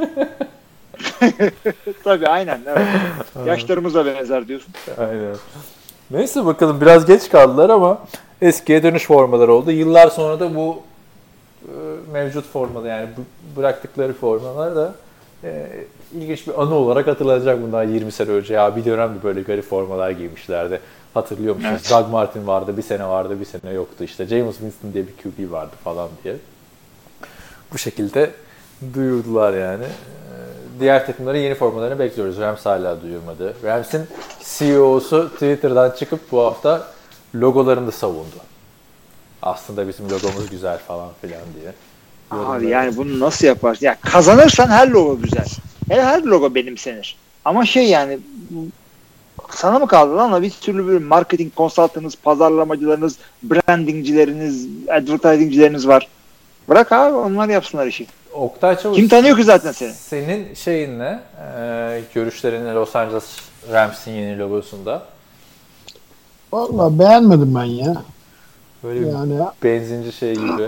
Tabii aynen. Evet. Yaşlarımıza benzer diyorsun. Aynen. Neyse bakalım biraz geç kaldılar ama eskiye dönüş formaları oldu. Yıllar sonra da bu e, mevcut formada yani bu, bıraktıkları formalar da e, ilginç bir anı olarak hatırlanacak bundan yirmi sene önce. Ya bir dönemde böyle garip formalar giymişlerdi. Hatırlıyor musunuz? Evet. Doug Martin vardı, bir sene vardı, bir sene yoktu. İşte Jameis Winston diye bir Q B vardı falan diye. Bu şekilde duyurdular yani. Ee, Diğer takımların yeni formalarını bekliyoruz. Rams hala duyurmadı. Rams'in C E O'su Twitter'dan çıkıp bu hafta logolarını da savundu. Aslında bizim logomuz güzel falan filan diye. Abi Yorumları. yani bunu nasıl yaparsın? Ya kazanırsan her logo güzel. Her, her logo benimsenir. Ama şey yani sana mı kaldı lan? Bir türlü bir marketing konsultantınız, pazarlamacılarınız, brandingcileriniz, advertisingcileriniz var. Bırak abi onlar yapsınlar işi. Oktay Çavuş, Kim tanıyor ki zaten seni? senin şeyin ne? Ee, görüşlerin ne Los Angeles Rams'in yeni logosunda? Vallahi beğenmedim ben ya. Böyle Yani bir benzinci şey gibi.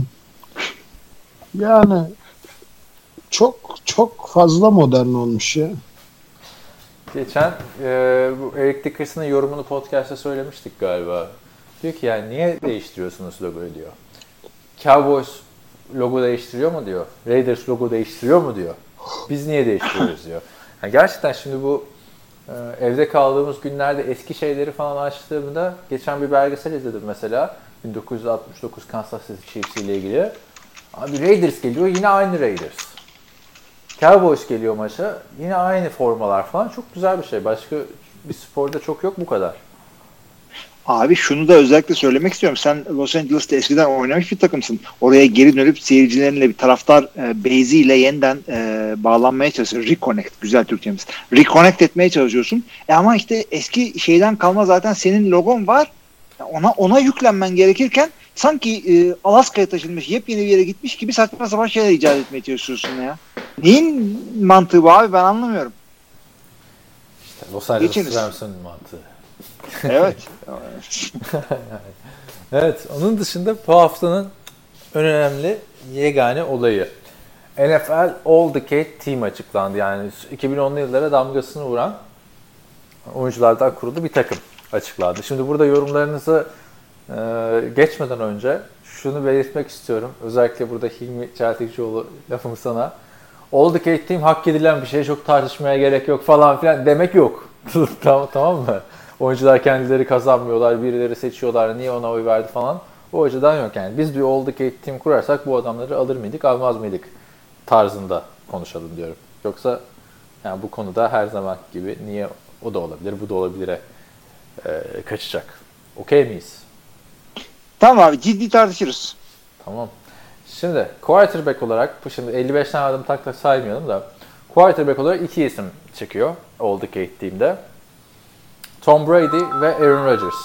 yani çok çok fazla modern olmuş ya. Geçen e, bu Eric Dickerson'ın yorumunu podcast'ta söylemiştik galiba. Diyor ki yani niye değiştiriyorsunuz logoyu diyor. Cowboys logo değiştiriyor mu diyor. Raiders logo değiştiriyor mu diyor. Biz niye değiştiriyoruz diyor. Yani gerçekten şimdi bu e, evde kaldığımız günlerde eski şeyleri falan açtığımda geçen bir belgesel izledim mesela. bin dokuz yüz altmış dokuz Kansas City Chiefs ile ilgili. Abi Raiders geliyor yine aynı Raiders. Cowboys geliyor maça. Yine aynı formalar falan. Çok güzel bir şey. Başka bir sporda çok yok bu kadar. Abi şunu da özellikle söylemek istiyorum. Sen Los Angeles'ta eskiden oynamış bir takımsın. Oraya geri dönüp seyircilerinle bir taraftar e, base'iyle yeniden e, bağlanmaya çalışıyorsun. Reconnect. Güzel Türkçemiz. Reconnect etmeye çalışıyorsun. E ama işte eski şeyden kalma zaten senin logon var. Ona ona yüklenmen gerekirken sanki e, Alaska'ya taşınmış, yepyeni bir yere gitmiş gibi saçma sapan şeyler icat etmeye çalışıyorsun ya. Neyin mantığı bu abi, ben anlamıyorum. İşte Los Angeles Geçiniz. Rams'ın mantığı. Evet. Evet, onun dışında bu haftanın en önemli yegane olayı. N F L All-Decade Team açıklandı. Yani iki bin onlu yıllara damgasını vuran oyunculardan kurulu bir takım açıklandı. Şimdi burada yorumlarınızı e, geçmeden önce şunu belirtmek istiyorum. Özellikle burada Hilmi Çeltikçioğlu lafımı sana. All-Decade Team hak edilen bir şey, çok tartışmaya gerek yok falan filan demek yok. tamam, tamam mı? Oyuncular kendileri kazanmıyorlar, birileri seçiyorlar, niye ona oy verdi falan. O açıdan yok yani. Biz bir All-Decade Team kurarsak bu adamları alır mıydık, almaz mıydık tarzında konuşalım diyorum. Yoksa yani bu konuda her zaman gibi niye o da olabilir, bu da olabilire e, kaçacak. Okey miyiz? Tamam abi, ciddi tartışırız. Tamam. Şimdi quarterback olarak, şimdi elli beş tane adım tak tak saymayalım da quarterback olarak iki isim çıkıyor All-Decade Team'de. Tom Brady ve Aaron Rodgers.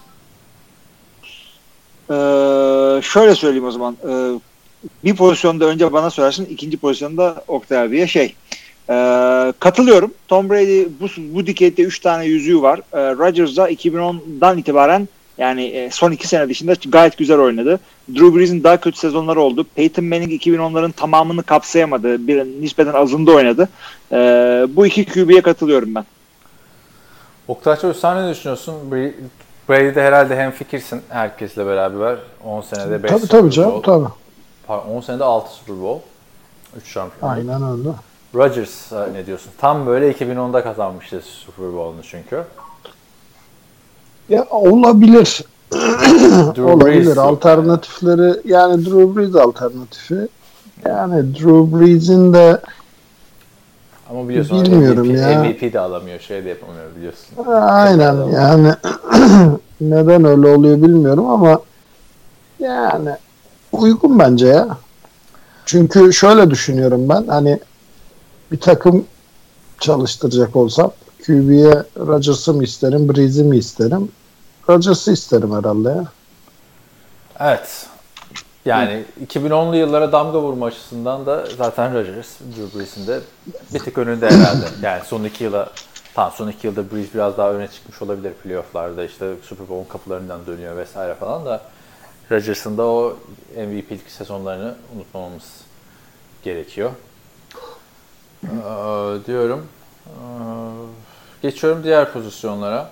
Ee, şöyle söyleyeyim o zaman. Ee, bir pozisyonda önce bana söylersin, ikinci pozisyonda Oktay abiye şey. Ee, katılıyorum. Tom Brady bu, bu dikeyde üç tane yüzüğü var. Ee, Rodgers da iki bin ondan itibaren yani e, son iki sene dışında gayet güzel oynadı. Drew Brees'in daha kötü sezonları oldu. Peyton Manning iki bin onların tamamını kapsayamadı. Bir nispeten azında oynadı. Ee, bu iki Q B'ye katılıyorum ben. Oktay Çavuş, sen ne düşünüyorsun? Brady'de herhalde hemfikirsin herkesle beraber. on senede beş Tabii Super tabii canım Bowl. tabii. Pardon, on senede altı Super Bowl. üç şampiyonluk. Aynen öyle. Rodgers ne diyorsun? Tam böyle iki bin onda kazanmıştı Super Bowl'unu çünkü. Ya olabilir. Drew olabilir. Brees Alternatifleri yani Drew Brees alternatifi. Yani Drew Brees'in de ama biliyorsun bilmiyorum M V P, ya. M V P de alamıyor, şey de yapamıyor biliyorsun. aynen yani neden öyle oluyor bilmiyorum ama yani uygun bence ya. Çünkü şöyle düşünüyorum ben, hani bir takım çalıştıracak olsam Q B'ye Rodgers'ı mı isterim, Brees'i mi isterim? Rodgers'ı isterim herhalde ya. Evet. Yani iki bin onlu yıllara damga vurma açısından da zaten Rodgers, Drew Brees'in de bir tık önünde herhalde. Yani son iki yıla, tam son iki yılda Brees biraz daha öne çıkmış olabilir playoff'larda, işte Super Bowl kapılarından dönüyor vesaire falan da Rodgers'ın da o M V P'lik sezonlarını unutmamamız gerekiyor. Ee, diyorum. Ee, geçiyorum diğer pozisyonlara.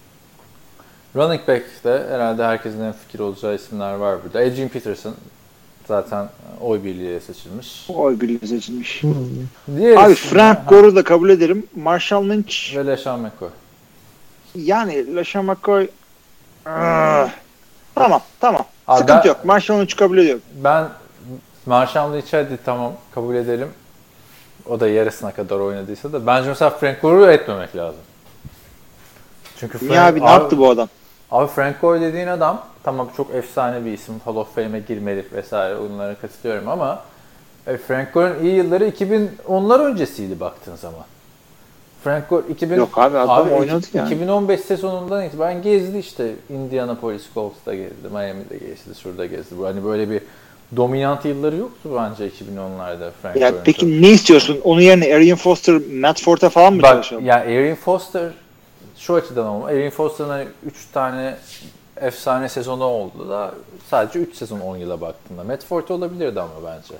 Running back'te herhalde herkesin en fikir olacağı isimler var burada. Adrian Peterson zaten oy birliğiyle seçilmiş. Oy birliği seçilmiş. Diğer Abi isim- Frank Ha, Gore'u da kabul ederim. Marshall Lynch ve LeSean McCoy. yani LeSean McCoy ah, tamam tamam. Abi Sıkıntı ben- yok. Marshall Lynch'i kabul ediyorum. Ben Marshall Lynch'i hadi tamam kabul edelim. O da yarısına kadar oynadıysa da bence mesela Frank Gore'u etmemek lazım. Çünkü Niye abi, ne yaptı bu adam? Abi Frank Gore dediğin adam tamam çok efsane bir isim. Hall of Fame'e girmeli vesaire, onlara katılıyorum ama e, Frank Gore'un iyi yılları iki bin onlar öncesiydi baktığın zaman. Frank Gore iki bin Yok abi, adam oynadı yani. iki bin on beş sezonundan itibaren gezdi işte. Indianapolis Colts'ta gezdi, Miami'de gezdi, şurada gezdi. Hani böyle bir dominant yılları yoktu bence iki bin onlarda Frank Ya Gore'un. peki ne istiyorsun? Onun yerine Arian Foster, Matt Forte falan mı Bak çalışalım? ya Arian Foster şu açıdan olma. Arian Foster'ın hani üç tane efsane sezonu oldu da sadece üç sezon on yıla baktığında. Matt Forte olabilirdi ama bence.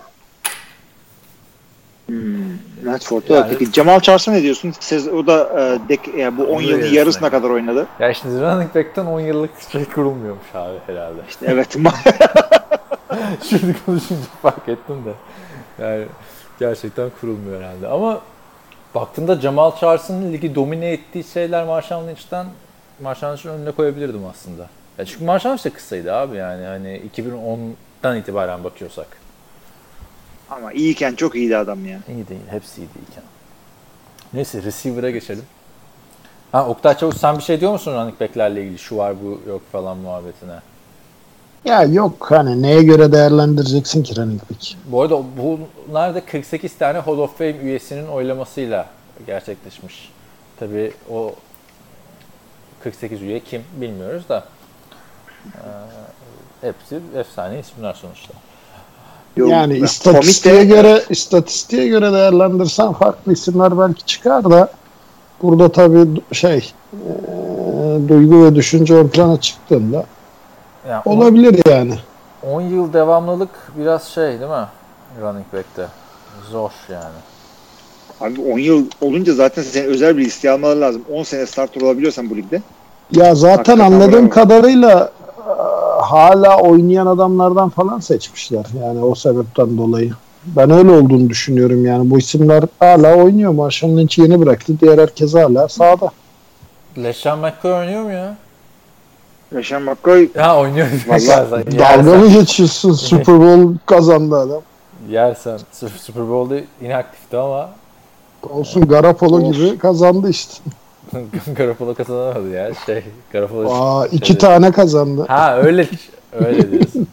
Matt Forte. Yani- Peki Jamal Charles'a ne diyorsun? Sez- o da e, dek, yani bu on Onun yılın yarısına yarısına kadar. kadar oynadı. Ya şimdi running back'ten on yıllık şey kurulmuyormuş abi herhalde. Evet. Şimdi konuşunca fark ettim de. Yani gerçekten kurulmuyor herhalde. Ama baktığında Jamal Charles'ın ligi domine ettiği şeyler Marshall Lynch'ten Marshall Lynch'in önüne koyabilirdim aslında. Ya çünkü Marshall Lynch de kısaydı abi yani hani iki bin ondan itibaren bakıyorsak. Ama iyiyken çok iyiydi adam ya. İyi değil, hepsi iyiydi iken. Neyse receiver'a geçelim. Ha Oktay Çavuş sen bir şey diyor musun running back'lerle ilgili? Şu var bu yok falan muhabbetine. Ya yok hani neye göre değerlendireceksin ki running back? Bu arada bunlar da kırk sekiz tane Hall of Fame üyesinin oylamasıyla gerçekleşmiş. Tabii o kırk sekiz üye kim bilmiyoruz da e, hepsi efsane isimler sonuçta. Yok, Yani komik istatistiğe de- göre istatistiğe göre değerlendirsen farklı isimler belki çıkar da burada tabii şey e, duygu ve düşünce ön plana çıktığında Yani olabilir yani. on yıl devamlılık biraz şey değil mi? Running back'te. Zor yani. Abi on yıl olunca zaten senin özel bir listeye almaları lazım. on sene starter olabiliyorsan bu ligde. Ya zaten Hakikaten anladığım bravo. kadarıyla e, hala oynayan adamlardan falan seçmişler. Yani o sebepten dolayı. Ben öyle olduğunu düşünüyorum yani. Bu isimler hala oynuyor. Marshall Lynch yeni bıraktı. Diğer herkes hala sahada. LeSean McCoy oynuyor mu ya? Yaşan McCoy Ha oynuyor. Vallahi Dalga mı geçiyorsun? Super Bowl kazandı adam. Yersen Super Bowl'da inaktifti ama Olsun Garoppolo Olsun. gibi kazandı işte. Garoppolo kazanamadı ya. Şey, Garoppolo Aa, iki şey- tane kazandı. Ha öyle öyle diyorsun.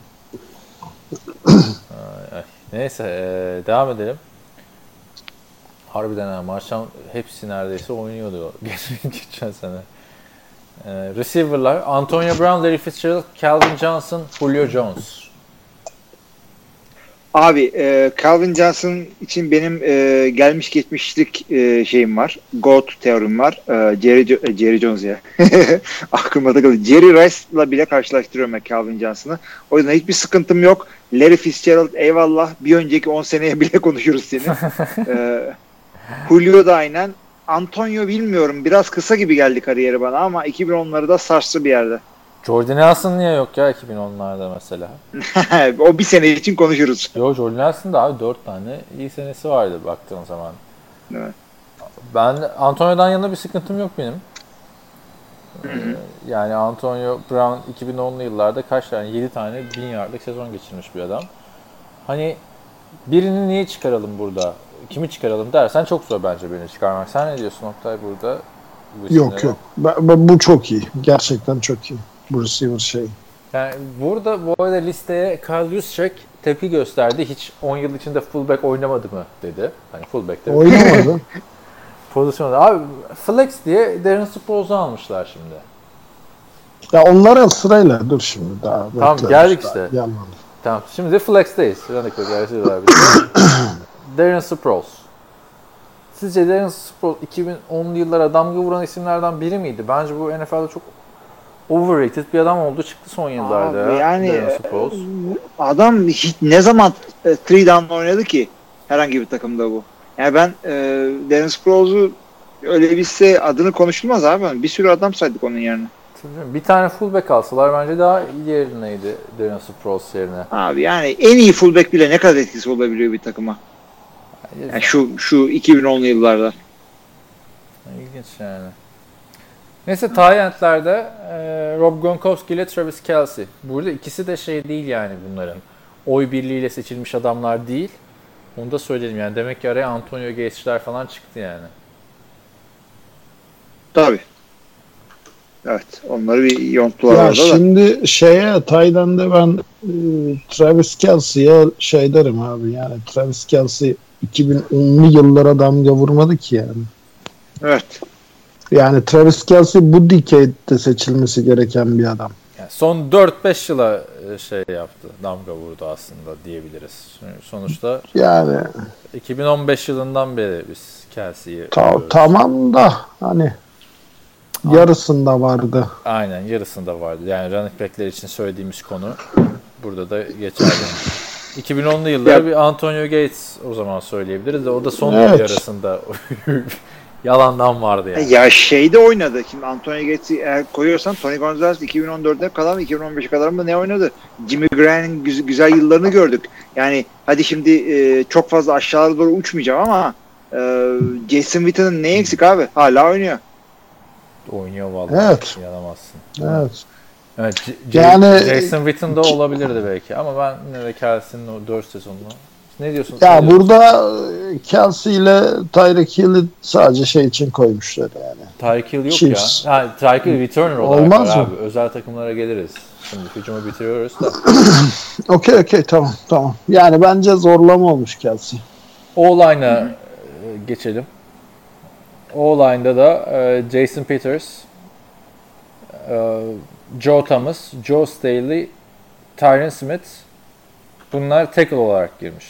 Ay, ay. Neyse ee, devam edelim. Harbiden ha Marshall hepsi neredeyse oynuyordu geçen sene. Ee, receiver'lar Antonio Brown, Larry Fitzgerald, Calvin Johnson, Julio Jones. Abi e, Calvin Johnson için benim e, gelmiş geçmişlik e, şeyim var. GOAT teorim var. E, Jerry, Jo- e, Jerry Jones ya. Aklıma takıldı. Jerry Rice'la bile karşılaştırıyorum ben Calvin Johnson'ı. O yüzden hiçbir sıkıntım yok. Larry Fitzgerald eyvallah. Bir önceki on seneye bile konuşuruz seni. e, Julio da aynen. Antonio bilmiyorum. Biraz kısa gibi geldi kariyeri bana ama iki bin onları da sarstı bir yerde. Jordan Nelson niye yok ya iki bin onlarda mesela? O bir sene için konuşuruz. Yo Jordan Nelson'da abi dört tane iyi senesi vardı baktığın zaman. Evet. Ben Antonio'dan yana bir sıkıntım yok benim. Ee, yani Antonio Brown iki bin onlu yıllarda kaç tane? yedi tane bin yardlık sezon geçirmiş bir adam. Hani birini niye çıkaralım burada? Kimi çıkaralım dersen çok zor bence birini çıkarmak. Sen ne diyorsun Oktay burada? Bu Yok isimlere? yok. Ben- ben- bu çok iyi. Gerçekten çok iyi. Bu receiver şey. Yani burada bu arada listeye Kyle Juszczyk tepki gösterdi. Hiç on yıl içinde fullback oynamadı mı dedi. Hani fullback'te Oynamadı. pozisyonda. Abi flex diye Darren Sprouls'u almışlar şimdi. Ya onlara sırayla dur şimdi daha. Tamam, bekle. geldik işte. Gelmedi. Tamam şimdi flex'teyiz. Running back arasıyla Darren Sproles. Sizce Darren Sproles iki bin onlu yıllara damga vuran isimlerden biri miydi? Bence bu N F L'de çok overrated bir adam oldu çıktı son yıllarda. Abi yani Darren Sproles. adam hiç ne zaman e, three down oynadı ki herhangi bir takımda bu. Yani ben e, Darren Sprouls'u öyle bilse adını konuşulmaz abi. Bir sürü adam saydık onun yerine. Bir tane fullback alsalar bence daha iyi yerindeydi Darren Sproles yerine. Abi yani en iyi fullback bile ne kadar etkisi olabiliyor bir takıma. Yani şu şu iki bin onlu yıllarda. İlginç yani. Neyse tight end'lerde e, Rob Gronkowski ile Travis Kelce. Burada ikisi de şey değil yani bunların. Oy birliğiyle seçilmiş adamlar değil. Onu da söyleyelim yani. Demek ki araya Antonio Gates'ler falan çıktı yani. Tabii. Evet. Onları bir yonttular Ya orada da. şimdi şeye Tayland'da ben e, Travis Kelce'ye şey derim abi yani Travis Kelce iki bin onlu yıllara damga vurmadı ki yani. Evet. Yani Travis Kelce bu decade'de seçilmesi gereken bir adam. Yani son dört beş yıla e, şey yaptı. Damga vurdu aslında diyebiliriz. Sonuçta Yani iki bin on beş yılından beri biz Kelce'yi ta- görüyoruz. tamam da hani yarısında vardı. Aynen yarısında vardı. Yani running back'ler için söylediğimiz konu burada da geçerli. iki bin onlu yıllarda Ya- bir Antonio Gates o zaman söyleyebiliriz de o da son Evet. yarısında yalandan vardı yani. Ya şeyde oynadı. Şimdi Antonio Gates'i eğer koyuyorsan Tony Gonzalez iki bin on dörde kadar mı iki bin on beşe kadar mı ne oynadı? Jimmy Graham'in güz- güzel yıllarını gördük. Yani hadi şimdi e, çok fazla aşağılara doğru uçmayacağım ama e, Jason Witten'ın ne eksik abi? Hala oynuyor. Oynuyor vallahi. Evet. Yanamazsın. Evet. Evet, J- J- Yani- Jason Witten de olabilirdi belki ama ben yine de Kelsey'nin o dört sezonunu Ne diyorsun? Ya Ne diyorsun? burada Kelsey ile Tyreek Hill'i sadece şey için koymuşlar yani. Tyreek Hill yok Chiefs. ya. Ha, Tyreek Hill returner olarak Olmaz var mı? abi. Özel takımlara geliriz. Şimdi hücumu bitiriyoruz da. Okey okey tamam tamam. Yani bence zorlama olmuş Kelsey. O-line'a e, geçelim. O-line'da da e, Jason Peters, e, Joe Thomas, Joe Staley, Tyron Smith, bunlar tackle olarak girmiş.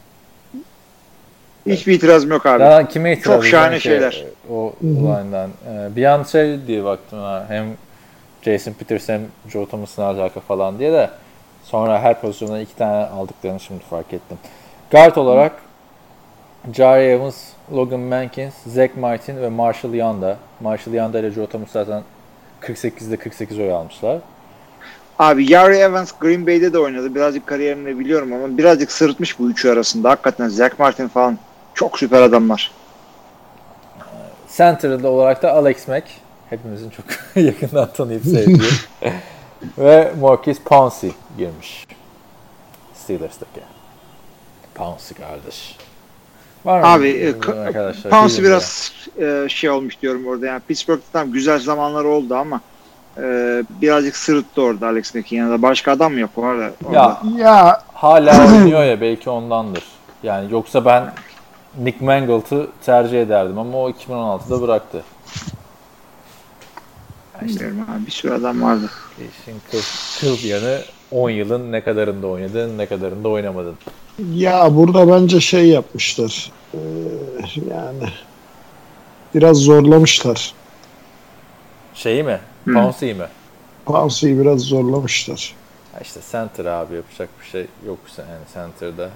Hiçbir itirazım yok abi. Daha kime itiraz Çok şahane edeceğim ki, şeyler. O O-line'dan. E, bir an şey diye baktım ha, hem Jason Peters hem Joe Thomas'ın alaka falan diye de sonra her pozisyondan iki tane aldıklarını şimdi fark ettim. Guard olarak Jari Evans, Logan Mankins, Zach Martin ve Marshall Yanda. Marshall Yanda ile Joe Thomas zaten kırk sekizde kırk sekiz oy almışlar. Abi Jari Evans Green Bay'de de oynadı. Birazcık kariyerini biliyorum ama birazcık sırıtmış bu üçü arasında. Hakikaten Zach Martin falan çok süper adamlar. Center'da olarak da Alex Mack. Hepimizin çok yakından tanıyıp sevdiği. Ve Marquise Pouncey girmiş. Steelers'taki. Pouncey kardeş. Var mı? Abi e, arkadaşlar? Pouncey biraz e, şey olmuş diyorum orada. Yani Pittsburgh'da tam güzel zamanları oldu ama e, birazcık sırıttı orada Alex Mack'in yanında. Başka adam mı yok orada? orada. Ya, Ya hala oynuyor ya, belki ondandır. Yani yoksa ben Nick Mangold'u tercih ederdim ama o iki bin on altıda bıraktı. Bilmiyorum abi, bir sürü adam vardı. İşin kıl, kıl yanı on yılın ne kadarında oynadın, ne kadarında oynamadın. ya burada bence şey yapmışlar. Ee, yani biraz zorlamışlar. Şeyi mi? Hmm. Pouncey'i mi? Pouncey'i biraz zorlamışlar. Ha işte center abi, yapacak bir şey yok yani center'da.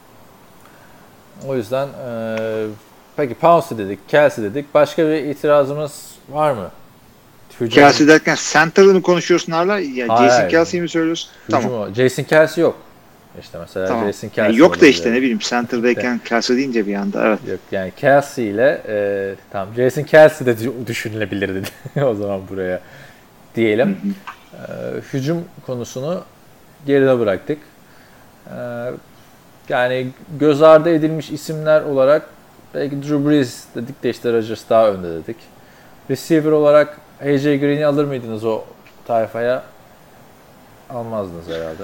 O yüzden ee, peki Pouncey dedik, Kelsey dedik. Başka bir itirazımız var mı? Hücum, Kelsey derken center'ı mı konuşuyorsun hala? Ya Hayır. Jason Kelsey'i mi söylüyorsun? hücum Tamam. o. Jason Kelsey yok. İşte mesela Tamam. Jason Yani Kelsey yok da olabilir. işte ne bileyim center'dayken Kelsey deyince bir anda evet. Yok yani Kelsey ile e, tamam Jason Kelsey de dü- düşünülebilirdi o zaman buraya diyelim. E, hücum konusunu geride bıraktık. E, yani göz ardı edilmiş isimler olarak belki Drew Brees dedik de işte Rodgers daha önde dedik. Receiver olarak A J Green'i alır mıydınız o tayfaya? Almazdınız herhalde.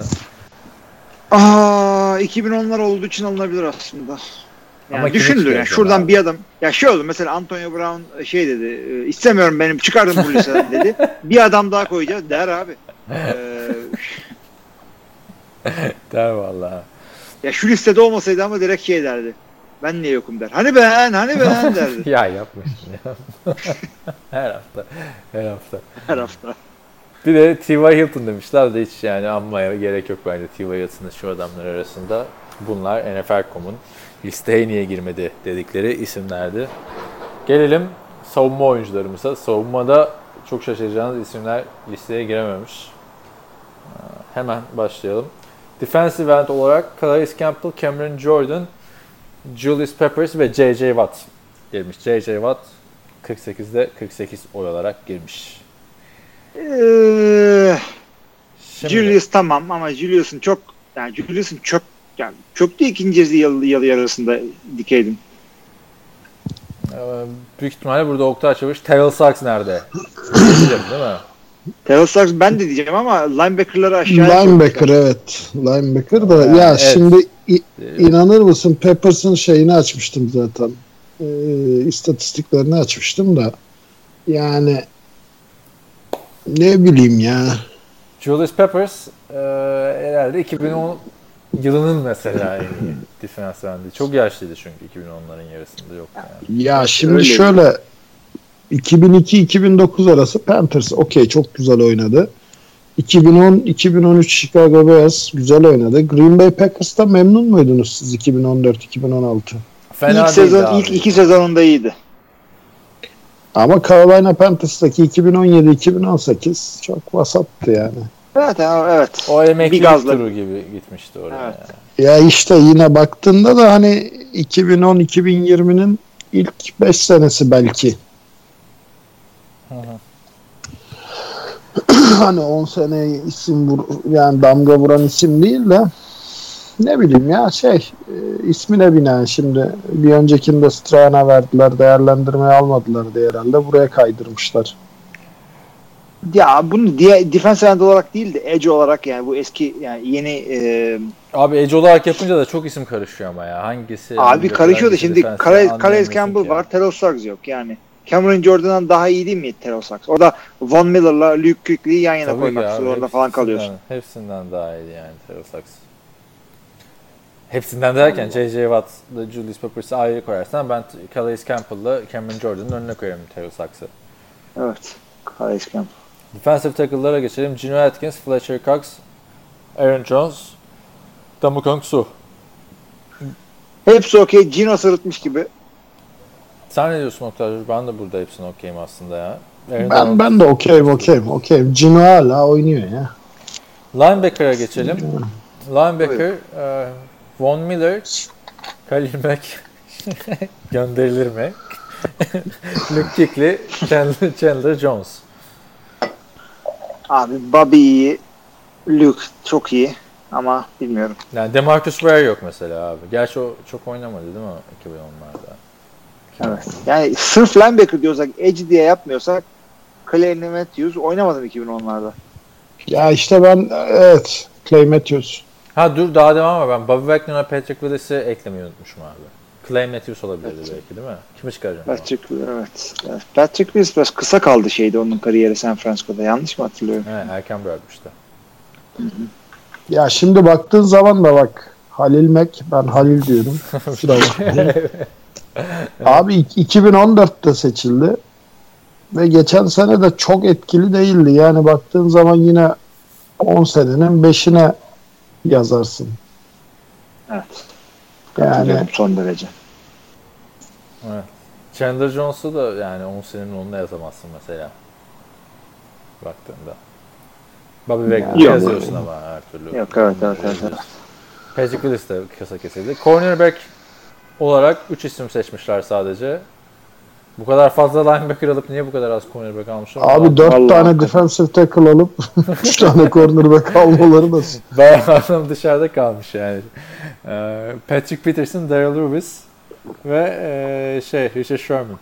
Aa, iki bin onlar olduğu için alınabilir aslında. Yani Ama kimi düşünülür yani. çıkaracaksın Şuradan abi? bir adam ya şey oldu mesela Antonio Brown şey dedi. e, istemiyorum benim çıkardım bu listeden dedi. Bir adam daha koyacağız der abi. Ee, Der vallahi. ya şu listede olmasaydı ama direkt şey derdi. Ben niye yokum der. Hani ben hani ben derdi Ya yapmışsın ya. her hafta. Her hafta. her hafta. Bir de T Y. Hilton demişler de hiç yani anmaya gerek yok bence T Y. Hilton'ın şu adamlar arasında. Bunlar N F L nokta com'un listeye niye girmedi dedikleri isimlerdi. Gelelim savunma oyuncularımıza. Savunmada çok şaşıracağınız isimler listeye girememiş. Hemen başlayalım. Defensive end olarak Calais Campbell, Cameron Jordan, Julius Peppers ve J J Watt girmiş. J J Watt kırk sekizde kırk sekiz oy olarak girmiş. Ee, Şimdi, Julius tamam ama Julius'un çok yani Julius'un çok yani çok da ikinci yıl, yıl yarısında dikeydim. e, büyük ihtimalle burada Oktay Çavuş, Terrell Suggs nerede? Diyeceğim, değil mi? Terrell Suggs ben de diyeceğim ama linebacker'ları aşağıya Linebacker çekmişler. evet. Linebacker da Yani ya evet. şimdi i- inanır mısın Peppers'ın şeyini açmıştım zaten. Ee, istatistiklerini açmıştım da yani ne bileyim ya. Julius Peppers e, herhalde iki bin on yılının mesela en iyi defensive endi. Çok yaşlıydı çünkü iki bin onların yarısında yok yani. Ya şimdi öyle. şöyle iki bin iki iki bin dokuz arası Panthers okey çok güzel oynadı. iki bin on iki bin on üç Chicago Bears güzel oynadı. Green Bay Packers'ta memnun muydunuz siz iki bin on dört iki bin on altı? Fena İlk değildi sezon abi. ilk iki sezonunda iyiydi. Ama Carolina Panthers'taki iki bin on yedi iki bin on sekiz çok vasattı yani. Evet evet. O Bir emeklilik gazla. turu gibi gitmişti oraya. Evet. Yani. Ya işte yine baktığında da hani iki bin on iki bin yirminin ilk beş senesi belki. Hı hı. Hani on sene isim vur, yani damga vuran isim değil de ne bileyim ya şey e, ismine binaen şimdi bir öncekinde Strahan'a verdiler, değerlendirmeye almadılar diye herhalde buraya kaydırmışlar. Ya bunu diye defensive end olarak değil de edge olarak yani bu eski yani yeni e, Abi edge olarak yapınca da çok isim karışıyor ama ya. Hangisi? abi karışıyor da şimdi defensive Calais anlayamıyorsun Campbell ki. var, Terrell Suggs yok yani. Cameron Jordan'dan daha iyi değil mi Terrell Suggs? O da Von Miller'la Luke Kuechly'yi yan yana Tabii ki koymak abi, zorunda falan hepsinden- kalıyorsun. Hepsinden daha iyi yani Terrell Suggs. Hepsinden derken J J Watt'la Julius Peppers'ı ayrı koyarsan ben Calais Campbell'la Cameron Jordan'ın önüne koyarım Terrell Suggs'ı. Evet. Calais Campbell. Defensive tackle'lara geçelim. Geno Atkins, Fletcher Cox, Aaron Jones, Ndamukong Suh. Hepsi okey. Gino sırıtmış gibi. Sen ne diyorsun Oktay? Ben de burada hepsini okeyim aslında ya. Aaron Ben Donald. ben de okeyim okeyim okeyim. Gino hala oynuyor ya. Linebacker'a geçelim. Linebacker, e, Von Miller, Khalil Mack gönderilir mi? Luke Kuechly, Chandler, Chandler Jones. Abi Bobby iyi. Luke çok iyi. Ama bilmiyorum. Yani DeMarcus Ware yok mesela abi. Gerçi o çok oynamadı değil mi iki bin onlarda? Evet. Yani sırf linebacker diyorsak, edge diye yapmıyorsak Clay Matthews oynamadım iki bin onlarda. Ya işte ben evet Clay Matthews. Ha dur daha devam var. Ben Bobby Wagner'a Patrick Willis'i eklemeyi unutmuşum abi. Clay Matthews olabilirdi belki değil mi? Kimi çıkaracağım? Patrick evet. Evet. Patrick Willis biraz kısa kaldı şeydi onun kariyeri San Francisco'da. Yanlış mı hatırlıyorum? Evet, erken bırakmıştı. Ya şimdi baktığın zaman da bak Halil Mack, ben Halil diyorum. Şuraya bak. Abi iki bin on dörtte seçildi ve geçen sene de çok etkili değildi. Yani baktığın zaman yine on senenin beşine yazarsın. Evet. Yani Hatırlıyorum son derece. Evet. Chandler Jones'u da yani on senenin onuna yazamazsın mesela. Baktığında. Bobby Wagner'ı Yok. yazıyorsun ama her türlü. Yok evet evet evet. evet. Patrick Willis de kısa kesildi. Cornerback olarak üç isim seçmişler sadece. Bu kadar fazla linebacker alıp niye bu kadar az cornerback almışlar? abi dört Vallahi tane hakikaten. defensive tackle alıp üç tane cornerback almaları da Bayağı adam dışarıda kalmış yani. Ee, Patrick Peterson, Darrell Lewis ve ee, şey Richard Sherman.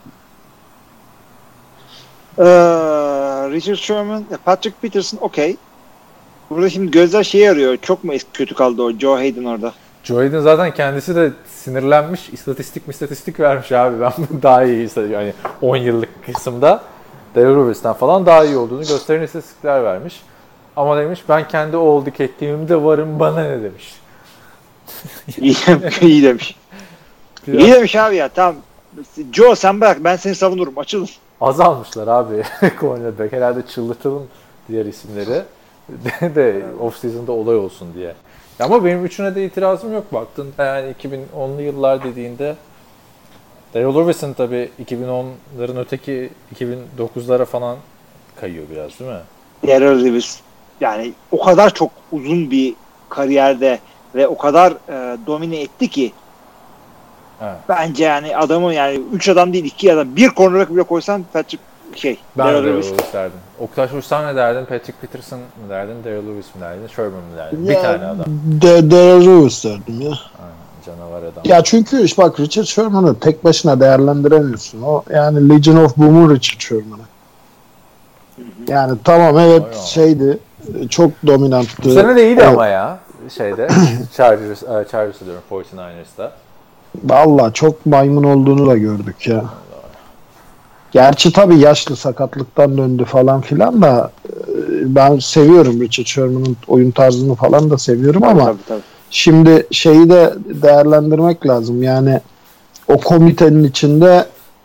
Ee, Richard Sherman, Patrick Peterson okey. Burada şimdi gözler şey arıyor. Çok mu eski kötü kaldı o Joe Hayden orada? Joe Hayden zaten kendisi de sinirlenmiş. İstatistik mi istatistik vermiş abi. Ben bunu daha iyi yani on yıllık kısımda Darrell Lewis'ten falan daha iyi olduğunu gösteren istatistikler vermiş. Ama demiş ben kendi olduk ettiğimde varım bana ne demiş. iyi, iyi demiş. Biraz İyi demiş abi ya tamam. Joe sen bırak ben seni savunurum açılın. az almışlar abi cornerback. Herhalde çıldırtalım diğer isimleri. de, de off-season'da olay olsun diye. Ama benim üçüne de itirazım yok baktığında yani iki bin onlu yıllar dediğinde Darrell Lewis'in tabii iki bin onların öteki iki bin dokuzlara falan kayıyor biraz değil mi? Darrell Lewis yani o kadar çok uzun bir kariyerde ve o kadar e, domine etti ki Evet. bence yani adamı yani üç adam değil iki adam bir cornerback bile koysan Patrick şey Ben de Darrell Darrell Lewis. Lewis derdim. Oktay Şursam ne derdin? Patrick Peterson mı derdin? Darrell Lewis mi derdin? Sherman mı derdin? Bir Ya, tane adam. De, Darrell Lewis derdim ya. Aynen, canavar adam. Ya çünkü işte bak Richard Sherman'ı tek başına değerlendiremiyorsun. O yani Legion of Boom'un Richard Sherman'ı. Yani tamam evet Vay ya. şeydi çok dominanttı. Bu sene de iyiydi Evet. ama ya şeyde Chargers, e, Chargers diyorum kırk dokuzlar'da. Valla çok maymun olduğunu da gördük ya. Gerçi tabii yaşlı sakatlıktan döndü falan filan da e, ben seviyorum Richard Sherman'ın oyun tarzını falan da seviyorum ama Tabii, tabii. şimdi şeyi de değerlendirmek lazım. Yani o komitenin içinde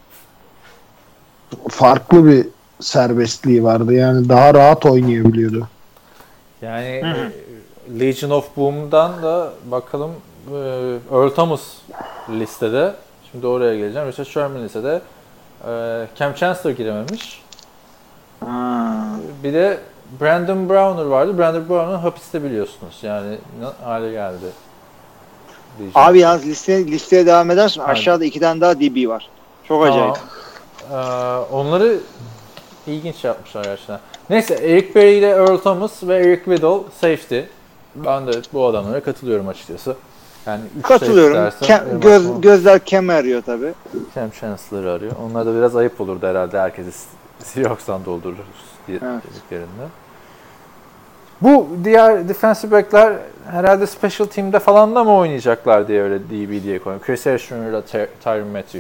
farklı bir serbestliği vardı. Yani daha rahat oynayabiliyordu. Yani e, Legion of Boom'dan da bakalım e, Earl Thomas listede. Şimdi oraya geleceğim. Richard Sherman listede. E, Cam Chancellor girememiş. Ha. Bir de Brandon Browner vardı. Brandon Browner hapiste biliyorsunuz. Yani ne hale geldi. Legion. Abi yalnız listeye, listeye devam edersin. Aynen. Aşağıda iki tane daha D B var. Çok acayip. Tamam. Ee, onları ilginç yapmışlar gerçekten. Neyse Eric Berry ile Earl Thomas ve Eric Weddle safety. Ben de bu adamlara katılıyorum açıkçası. Yani üç Katılıyorum. dersen, Ke- göz, gözler kem arıyor tabii. Cam Chancellor'ı arıyor. Onlar da biraz ayıp olurdu herhalde, herkesi Seahawks'tan doldururuz diye Evet. dediklerinde. Bu diğer defensive back'ler herhalde special team'de falan da mı oynayacaklar diye öyle D B diye koyuyorum. Chris Harrison'la Tyrann Mathieu.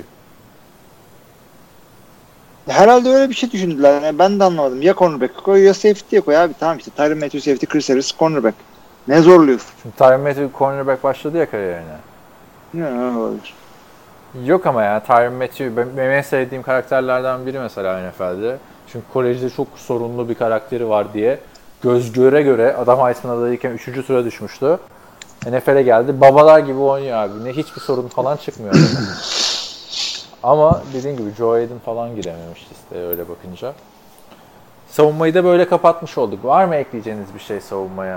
Herhalde öyle bir şey düşündüler. Yani ben de anlamadım. Ya cornerback koy ya safety'ye koy abi. Tamam işte Tyrann Mathieu safety, Chris Harris cornerback. Ne zorluyorsun? Çünkü Tyrann Mathieu cornerback başladı ya kariyerine. Ya olabilir. Yok ama ya Tyrann Mathieu benim en sevdiğim karakterlerden biri mesela N F L'de. Çünkü kolejde çok sorunlu bir karakteri var diye göz göre göre adam Heisman adayıyken üçüncü tura düşmüştü. N F L'e geldi. Babalar gibi oynuyor abi. Ne hiçbir sorun falan çıkmıyor. Ama dediğim gibi Joe Hayden falan girememiş listeye öyle bakınca. Savunmayı da böyle kapatmış olduk. Var mı ekleyeceğiniz bir şey savunmaya?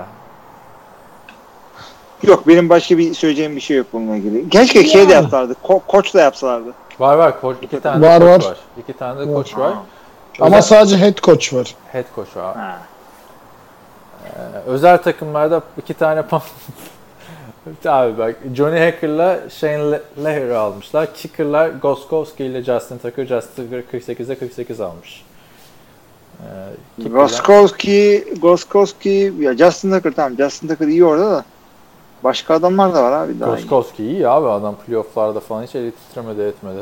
Yok benim başka bir söyleyeceğim bir şey yok bununla ilgili. Keşke şey de yapsalardı. Ko- koç da yapsalardı. Var var. Koç, iki tane Var, de var. koç var. İki tane de koç var. Ama Özel- sadece head coach var. Head coach var. Ha. Ee, özel takımlarda iki tane pan... Abi bak Johnny Hacker'la Shane Le- Leher'ı almışlar. Kicker'lar Goskowski ile Justin Tucker. Justin Tucker kırk sekizde kırk sekiz almış. Ee, kicker'lar- Goskowski, Goskowski, ya Justin Tucker tamam. Justin Tucker iyi orada da. Başka adamlar da var abi daha iyi. Goskowski iyi abi. Adam playoff'larda falan hiç eli titremedi etmedi.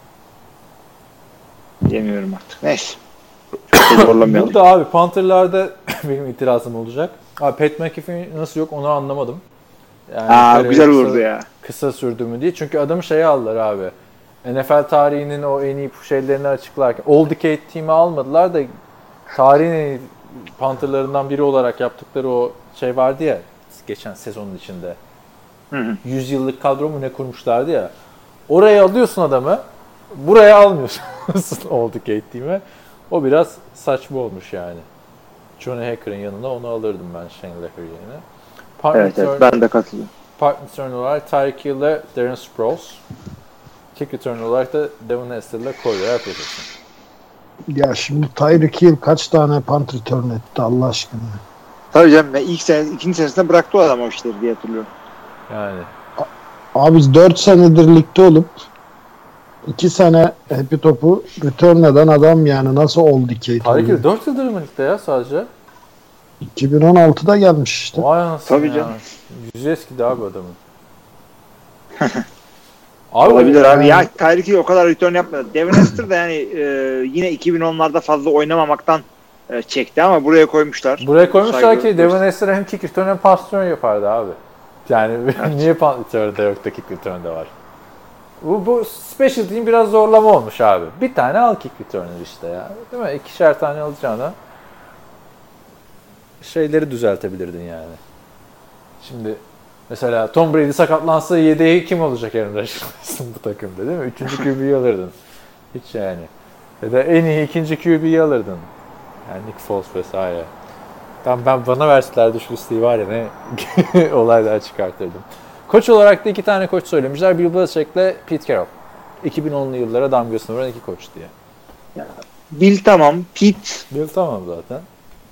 Diyemiyorum artık. Neyse. Çok da zorlamayalım. Burada abi Panther'larda benim itirazım olacak. Abi Pat McAfee nasıl yok onu anlamadım. Yani Aa kariyeri güzel kısa- vurdu ya. Kısa sürdü mü diye. Çünkü adamı şeye aldılar abi. N F L tarihinin o en iyi şeylerini açıklarken. All Decade team'i almadılar da tarihin en iyi Panther'larından biri olarak yaptıkları o şey vardı ya geçen sezonun içinde. Hı hı. yüz yıllık kadro mu ne kurmuşlardı ya. Oraya alıyorsun adamı. Buraya almıyorsun All Decade team'e. O biraz saçma olmuş yani. Johnny Hacker'ın yanına onu alırdım ben Shane Leher yerine. Partner Evet evet return- ben de katılıyorum. Partner return olarak Tyreek Hill ile Darren Sproles. Kick return olarak da Devin Hester ile Cordell Patterson. Ya şimdi Tyreek Hill kaç tane punt return etti Allah aşkına. Tabii canım ben ilk sene, ikinci senesinde bıraktı o adam o işleri diye hatırlıyorum. Yani Abi dört senedir ligde olup iki sene happy topu return eden adam yani nasıl oldu ki? Tyreek Hill dört yıldır mı ligde ya sadece? iki bin on altıda gelmiş işte. Vay anasını Tabii ya. canım. Yüzü eskidi abi adamın. Abi Olabilir abi. yani- Ya Tyreek Hill o kadar return yapmadı. Devin Hester de yani e, yine iki bin onlarda fazla oynamamaktan e, çekti ama buraya koymuşlar. Buraya koymuşlar Saygı ki Devin Hester hem kick return hem pass return yapardı abi. Yani niye punt return'da yok da kick return'da var? Bu, bu special team biraz zorlama olmuş abi. Bir tane al kick returner işte ya. Değil mi? İkişer tane alacağına şeyleri düzeltebilirdin yani. Şimdi mesela Tom Brady sakatlansa yedeği kim olacak Aaron Rodgers'ın bu takımda değil mi? Üçüncü Q B'yi alırdın. Hiç yani. Ya da en iyi ikinci Q B'yi alırdın. Yani Nick Foles vesaire. Tam ben bana verselerdi şu listeyi var ya ne olaylar çıkartırdım. Koç olarak da iki tane koç söylemişler. Bill Belichick'le Pete Carroll. iki bin onlu yıllara damgasını vuran iki koç diye. Bill tamam. Pete Bill tamam zaten.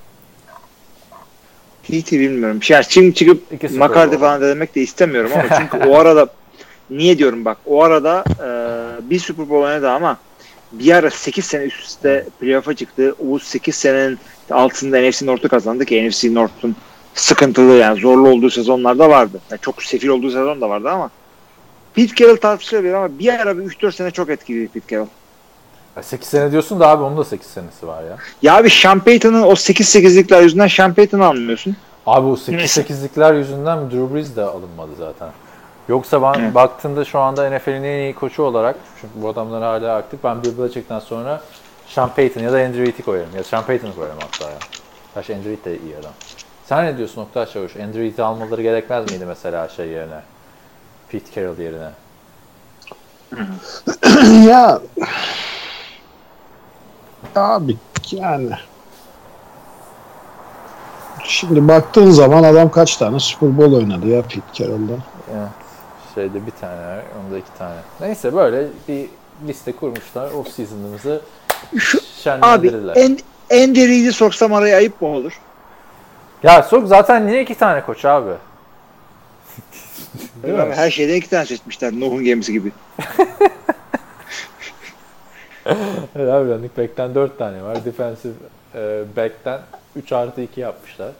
Pete'i bilmiyorum. Yani şimdi çıkıp İki Super McCarthy Bowl. falan da demek de istemiyorum ama çünkü o arada niye diyorum bak o arada e, bir Super Bowl oynadı ama bir ara sekiz sene üst üste playoff'a çıktı. O sekiz senenin altında N F C North'u kazandı ki N F C North'un sıkıntılı yani zorlu olduğu sezonlarda vardı. Yani çok sefil olduğu sezon da vardı ama Pete Carroll tartışılabilir ama bir ara bir üç dört sene çok etkiliydi Pete Carroll. sekiz sene diyorsun da abi onun da sekiz senesi var ya. Ya abi Sean Payton'ın o sekiz sekizlikler yüzünden Sean Payton'ı almıyorsun. Abi o sekiz Neyse. sekizlikler yüzünden Drew Brees de alınmadı zaten. Yoksa ben Evet. baktığımda şu anda N F L'in en iyi koçu olarak, çünkü bu adamlar hala aktif, ben Bill Belichick'ten sonra Sean Payton ya da Andrew Reid'i koyarım. Ya Sean Payton'ı koyarım hatta ya. Taş Andrew Reid de iyi adam. Sen ne diyorsun Oktay Çavuş? Andrew Reid'i almaları gerekmez miydi mesela şey yerine? Pete Carroll yerine. ya abi yani şimdi baktığın zaman adam kaç tane Super Bowl oynadı ya Pete Carroll'da. Evet. Şeyde bir tane var, onda iki tane. Neyse böyle bir liste kurmuşlar. Off season'ımızı Şu, abi şenlendirirler. en Andy Reid'i soksam araya ayıp mı olur? Ya Sok zaten niye iki tane koç abi? Değil mi? Abi, her şeyden iki tane seçmişler. Nuh'un gemisi gibi. Evet abi running back'ten dört tane var. Defensive e, back'ten üç artı iki yapmışlar.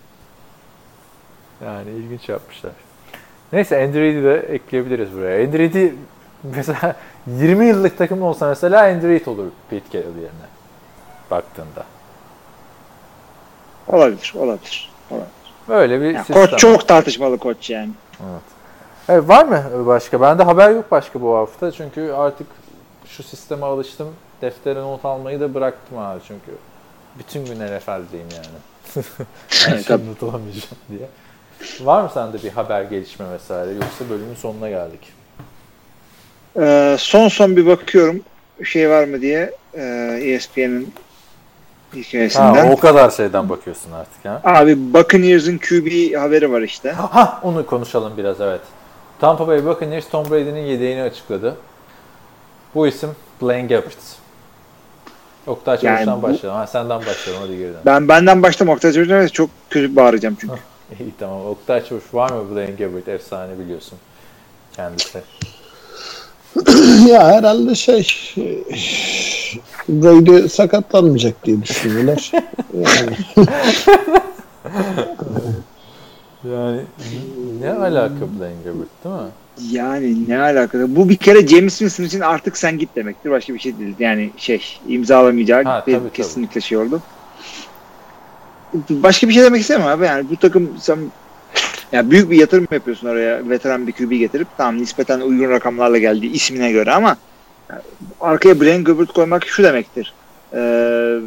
Yani ilginç yapmışlar. Neyse Andy Reid'i de ekleyebiliriz buraya. Andy Reid'i mesela yirmi yıllık takım olsa mesela Andy Reid olur Pete Carroll yerine. Baktığında. Olabilir, olabilir. olabilir. Böyle bir Yani sistem. koç çok tartışmalı koç yani. Evet. Evet, var mı başka? Bende haber yok başka bu hafta. Çünkü artık şu sisteme alıştım. Deftere not almayı da bıraktım abi çünkü. Bütün gün N F L'deyim yani. Her şey not alamayacağım diye. Var mı sende bir haber gelişme vesaire? Yoksa bölümün sonuna geldik. Ee, son son bir bakıyorum şey var mı diye e, E S P N'in hikayesinden. Ha, o kadar şeyden bakıyorsun artık ha. Abi Buccaneers'ın Q B haberi var işte. Ha, onu konuşalım biraz evet. Tampa Bay Buccaneers Tom Brady'nin yedeğini açıkladı. Bu isim Blaine Gabbert. Oktay Çavuş'tan Yani bu- başlayalım. Ha, senden başlayalım hadi geriden. Ben benden başlamak Oktay Çavuş'tan çok kötü bağıracağım çünkü. İyi tamam. Oktay Çavuş var mı Blaine Gabbert? Efsane biliyorsun. Kendisi. Ya herhalde şey Brady sakatlanmayacak diye düşünüyorlar. Yani, Yani ne alaka Blaine Gabbert değil mi? Yani ne alakalı? Bu bir kere James Winston için artık sen git demektir. Başka bir şey değil. Yani şey imzalamayacak Ha, bir tabii, kesinlikle şey oldu. Başka bir şey demek istemem abi. Yani bu takım sen yani büyük bir yatırım yapıyorsun oraya. Veteran bir Q B getirip tamam nispeten uygun rakamlarla geldi ismine göre ama yani arkaya Blaine Gabbert koymak şu demektir. Ee,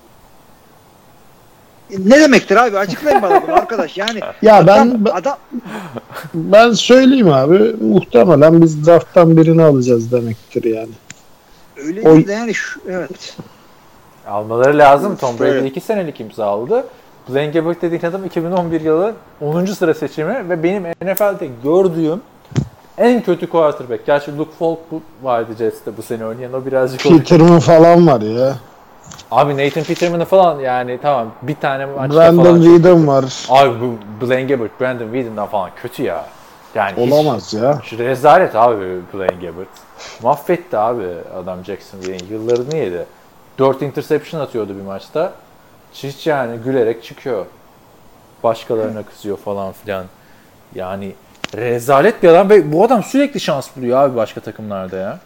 ne demektir abi? Açıklayın bana bunu arkadaş. Yani ya adam, ben adam ben söyleyeyim abi muhtemelen biz drafttan birini alacağız demektir yani. öyle O- değil de yani şu, evet. Almaları lazım. Tom Brady Evet. iki senelik imza aldı. Blaine Gabbert dediğin adam iki bin on bir yılı onuncu sıra seçimi ve benim N F L'de gördüğüm en kötü quarterback. Gerçi Luke Falk vardı Jets'te bu sene oynayan. O birazcık o. Peterman falan var ya. Abi Nathan Peterman'ı falan yani tamam bir tane maçta Brandon falan. Whedon var. Abi bu Blaine Gabbert, Brandon Whedon'dan falan kötü ya. Yani hiç- Olamaz ya. Şu rezalet abi Blaine Gabbert. Mahvetti abi adam Jacksonville'in yıllarını yedi. dört interception atıyordu bir maçta. Hiç yani gülerek çıkıyor. Başkalarına kızıyor falan filan. Yani rezalet bir adam ve bu adam sürekli şans buluyor abi başka takımlarda ya.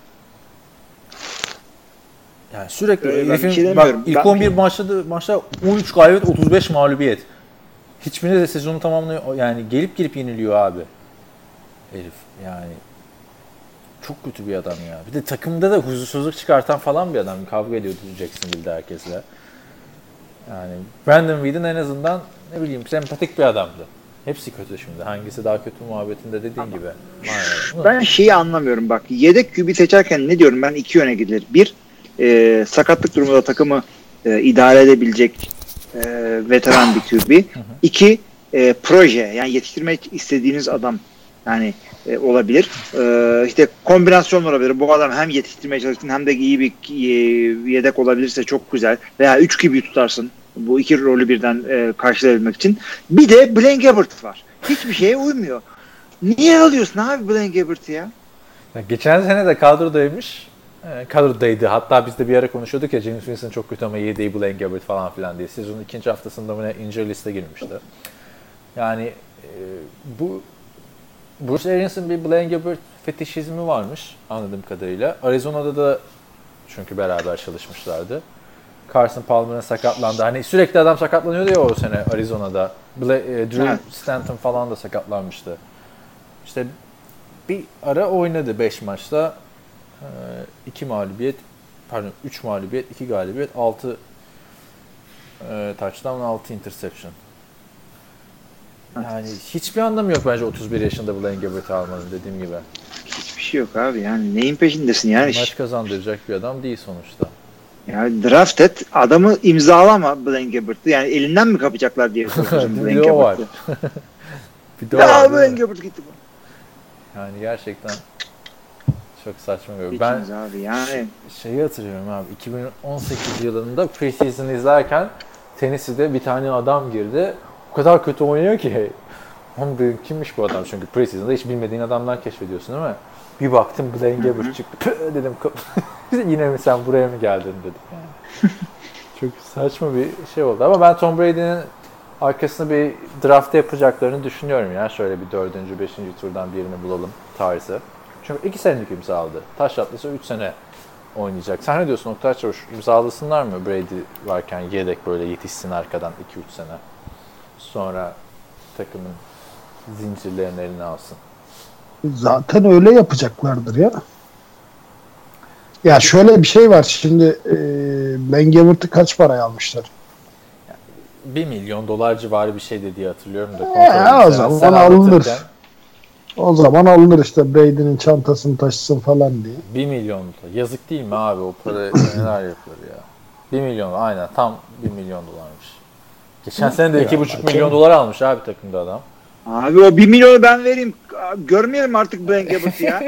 Yani sürekli Öyle, ben bir herifin- şey bak demiyorum. ilk Ben- on bir maçta maçta on üç galibiyet otuz beş mağlubiyet. Hiçbirinde de sezonu tamamlıyor. Yani gelip gelip yeniliyor abi. Herif yani çok kötü bir adam ya. Bir de takımda da huzursuzluk çıkartan falan bir adam. Kavga ediyordu Jacksonville'de herkesle. Yani Brandon Whedon en azından ne bileyim sempatik bir adamdı. Hepsi kötü şimdi. Hangisi daha kötü muhabbetinde dediğin gibi. Maalesef. Ben şeyi anlamıyorum bak. Yedek Q B seçerken ne diyorum ben? İki yöne gidilir. Bir, e, sakatlık durumunda takımı e, idare edebilecek e, veteran bir Q B. İki, e, proje. Yani yetiştirmek istediğiniz adam yani e, olabilir. E, işte kombinasyon olabilir. Bu adam hem yetiştirmeye çalışsın hem de iyi bir e, yedek olabilirse çok güzel. Veya üç Q B tutarsın. Bu iki rolü birden e, karşılayabilmek için. Bir de Blaine Gabbert var. Hiçbir şeye uymuyor. Niye alıyorsun abi Blaine Gabbert'ı ya? Ya geçen sene de kadrodaymış. E, kadrodaydı. Hatta biz de bir ara konuşuyorduk ya James Winston çok kötü ama yedeği Blaine Gabbert falan filan diye. Sezonun ikinci haftasında mı ne injury liste girmişti. Yani e, bu Bruce Arians'ın bir Blaine Gabbert fetişizmi varmış anladığım kadarıyla. Arizona'da da çünkü beraber çalışmışlardı. Carson Palmer'ın sakatlandı. Hani sürekli adam sakatlanıyordu ya o sene Arizona'da. Bla- e, Drew Evet. Stanton falan da sakatlanmıştı. İşte bir ara oynadı beş maçta. iki mağlubiyet, pardon üç mağlubiyet, iki galibiyet, altı e, touchdown, altı interception. Yani hiçbir anlamı yok bence otuz bir yaşında Blaine Gabbert'ı almanın dediğim gibi. Hiçbir şey yok abi yani neyin peşindesin yani? Maç kazandıracak bir adam değil sonuçta. Yani draft et adamı imzalama Blaine Gabbert'ı yani elinden mi kapacaklar diye korkuyorsun Bir Blaine de o var. Gabbert'ı. Bir de o var. Ya değil Blaine mi? Gabbert gitti bu. Yani gerçekten çok saçma bir. Ben Geçiniz abi yani. şeyi hatırlıyorum abi. iki bin on sekiz yılında preseason izlerken Tennessee'de bir tane adam girdi. o kadar kötü oynuyor ki. Oğlum dedim kimmiş bu adam, çünkü preseason'da hiç bilmediğin adamlar keşfediyorsun değil mi? Bir baktım Blaine Gabbert çıktı. Püh dedim yine mi sen buraya mı geldin dedim yani. Çok saçma bir şey oldu ama ben Tom Brady'nin arkasında bir draft yapacaklarını düşünüyorum ya. Şöyle bir dördüncü, beşinci turdan birini bulalım tarzı. Çünkü iki senelik imzaladı. Taş atlasa üç sene oynayacak. Sen ne diyorsun Oktay Çavuş? İmzalasınlar mı Brady varken yedek böyle yetişsin arkadan iki üç sene? Sonra takımın zincirlerini eline alsın. Zaten öyle yapacaklardır ya. Ya şöyle bir şey var. Şimdi e, Blaine Gabbert'ı kaç paraya almışlar? bir milyon dolar civarı bir şey diye hatırlıyorum da. Ee, o zaman Sen alınır. O zaman alınır işte Brady'nin çantasını taşısın falan diye. bir milyon. Yazık değil mi abi? O para neler yapılır ya. bir milyon aynen. Tam bir milyon dolarmış. Geçen sene de iki buçuk milyon dolar almış abi takımda adam. Abi o bir milyonu ben vereyim. Görmeyelim artık Blaine Gabbert'ı ya.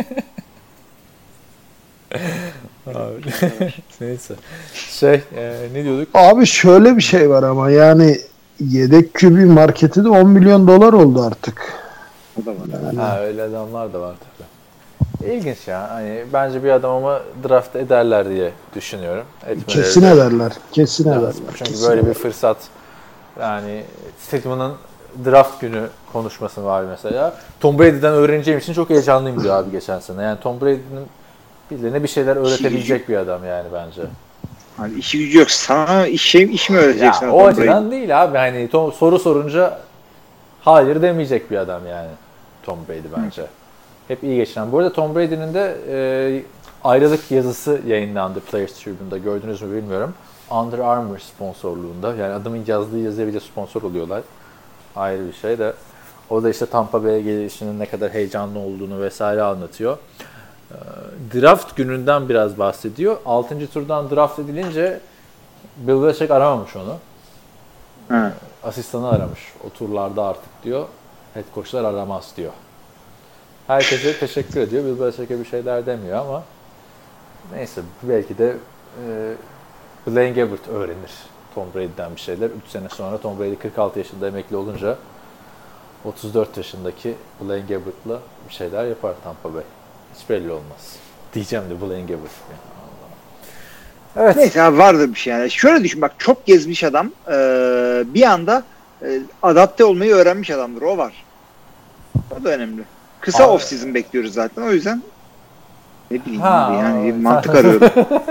Abi. Neyse. Şey e, ne diyorduk? Abi şöyle bir şey var ama yani yedek Q B marketi de on milyon dolar oldu artık. O da var. Ha, öyle adamlar da var tabii. İlginç ya. Hani bence bir adamımı draft ederler diye düşünüyorum. Etmeleri Kesin de ederler. Kesin lazım. ederler. Çünkü kesin böyle bir ederler. fırsat, yani Stidham'ın draft günü konuşması var mesela. Tom Brady'den öğreneceğim için çok heyecanlıyım diyor abi geçen sene. Yani Tom Brady'nin birilerine bir şeyler öğretebilecek bir adam yani bence. Hani işi gücü yok. Sana iş, şey, iş mi öğreteceksin? Ya, o açıdan değil abi. Hani Tom, soru sorunca hayır demeyecek bir adam yani Tom Brady bence. Hı. Hep iyi geçinen. Bu arada Tom Brady'nin de e, ayrılık yazısı yayınlandı Players Tribune'da. Gördünüz mü bilmiyorum. Under Armour sponsorluğunda. Yani adamın yazdığı yazıya bile sponsor oluyorlar. Ayrı bir şey de. O da işte Tampa Bay'e gelişinin ne kadar heyecanlı olduğunu vesaire anlatıyor. E, draft gününden biraz bahsediyor. altıncı turdan draft edilince Bill Belichick aramamış onu. Hı. Asistanı aramış. O turlarda artık diyor. Head coach'lar aramaz diyor. Herkese teşekkür ediyor. Bill Belichick'e bir şeyler demiyor ama neyse belki de e, Blaine Gabbert öğrenir Tom Brady'den bir şeyler. üç sene sonra Tom Brady kırk altı yaşında emekli olunca otuz dört yaşındaki Blaine Gabbert'la bir şeyler yapar Tampa Bay. Hiç belli olmaz. Diyeceğim de Blaine Gabbert. Yani. Evet. Neyse abi vardır bir şey yani. Şöyle düşün bak, çok gezmiş adam ee, bir anda e, adapte olmayı öğrenmiş adamdır. O var. O da önemli. Kısa off season bekliyoruz zaten. O yüzden ne bileyim Ha, abi yani bir mantık arıyorum.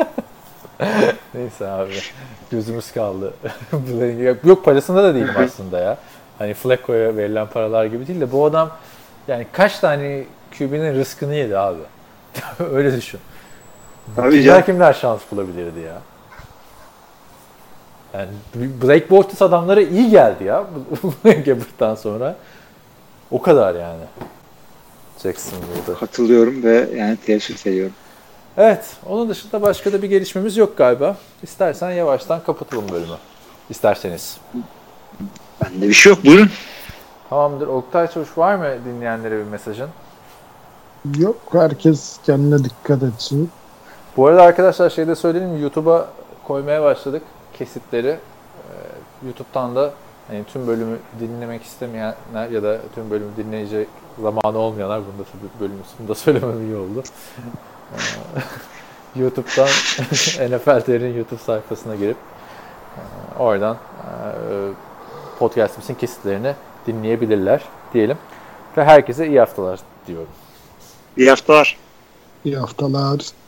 Neyse abi. Gözümüz kaldı. Yok parasında da değilim aslında ya. Hani Flacco'ya verilen paralar gibi değil de bu adam yani kaç tane Q B'nin rızkını yedi abi. Öyle düşün. Tabii kimler canım. kimler şans bulabilirdi ya. Yani Blake Bortles adamlara iyi geldi ya. Gabbert'tan sonra. O kadar yani. Jacksonville'da. Katılıyorum ve yani teessüf ediyorum. Evet. Onun dışında başka da bir gelişmemiz yok galiba. İstersen yavaştan kapatalım bölümü. İsterseniz. Bende bir şey yok. Buyurun. Tamamdır. Oktay Çavuş var mı dinleyenlere bir mesajın? Yok, herkes kendine dikkat etsin. Bu arada arkadaşlar şey de söyleyeyim, YouTube'a koymaya başladık kesitleri. Ee, YouTube'dan da hani tüm bölümü dinlemek istemeyenler ya da tüm bölümü dinleyecek zamanı olmayanlar, bunu da bölümün sonunda söylemem iyi oldu. Ee, YouTube'dan N F L T R'nin YouTube sayfasına girip e, oradan e, podcast'ımızın kesitlerini dinleyebilirler diyelim. Ve herkese iyi haftalar diyorum. İyi haftalar. İyi haftalar.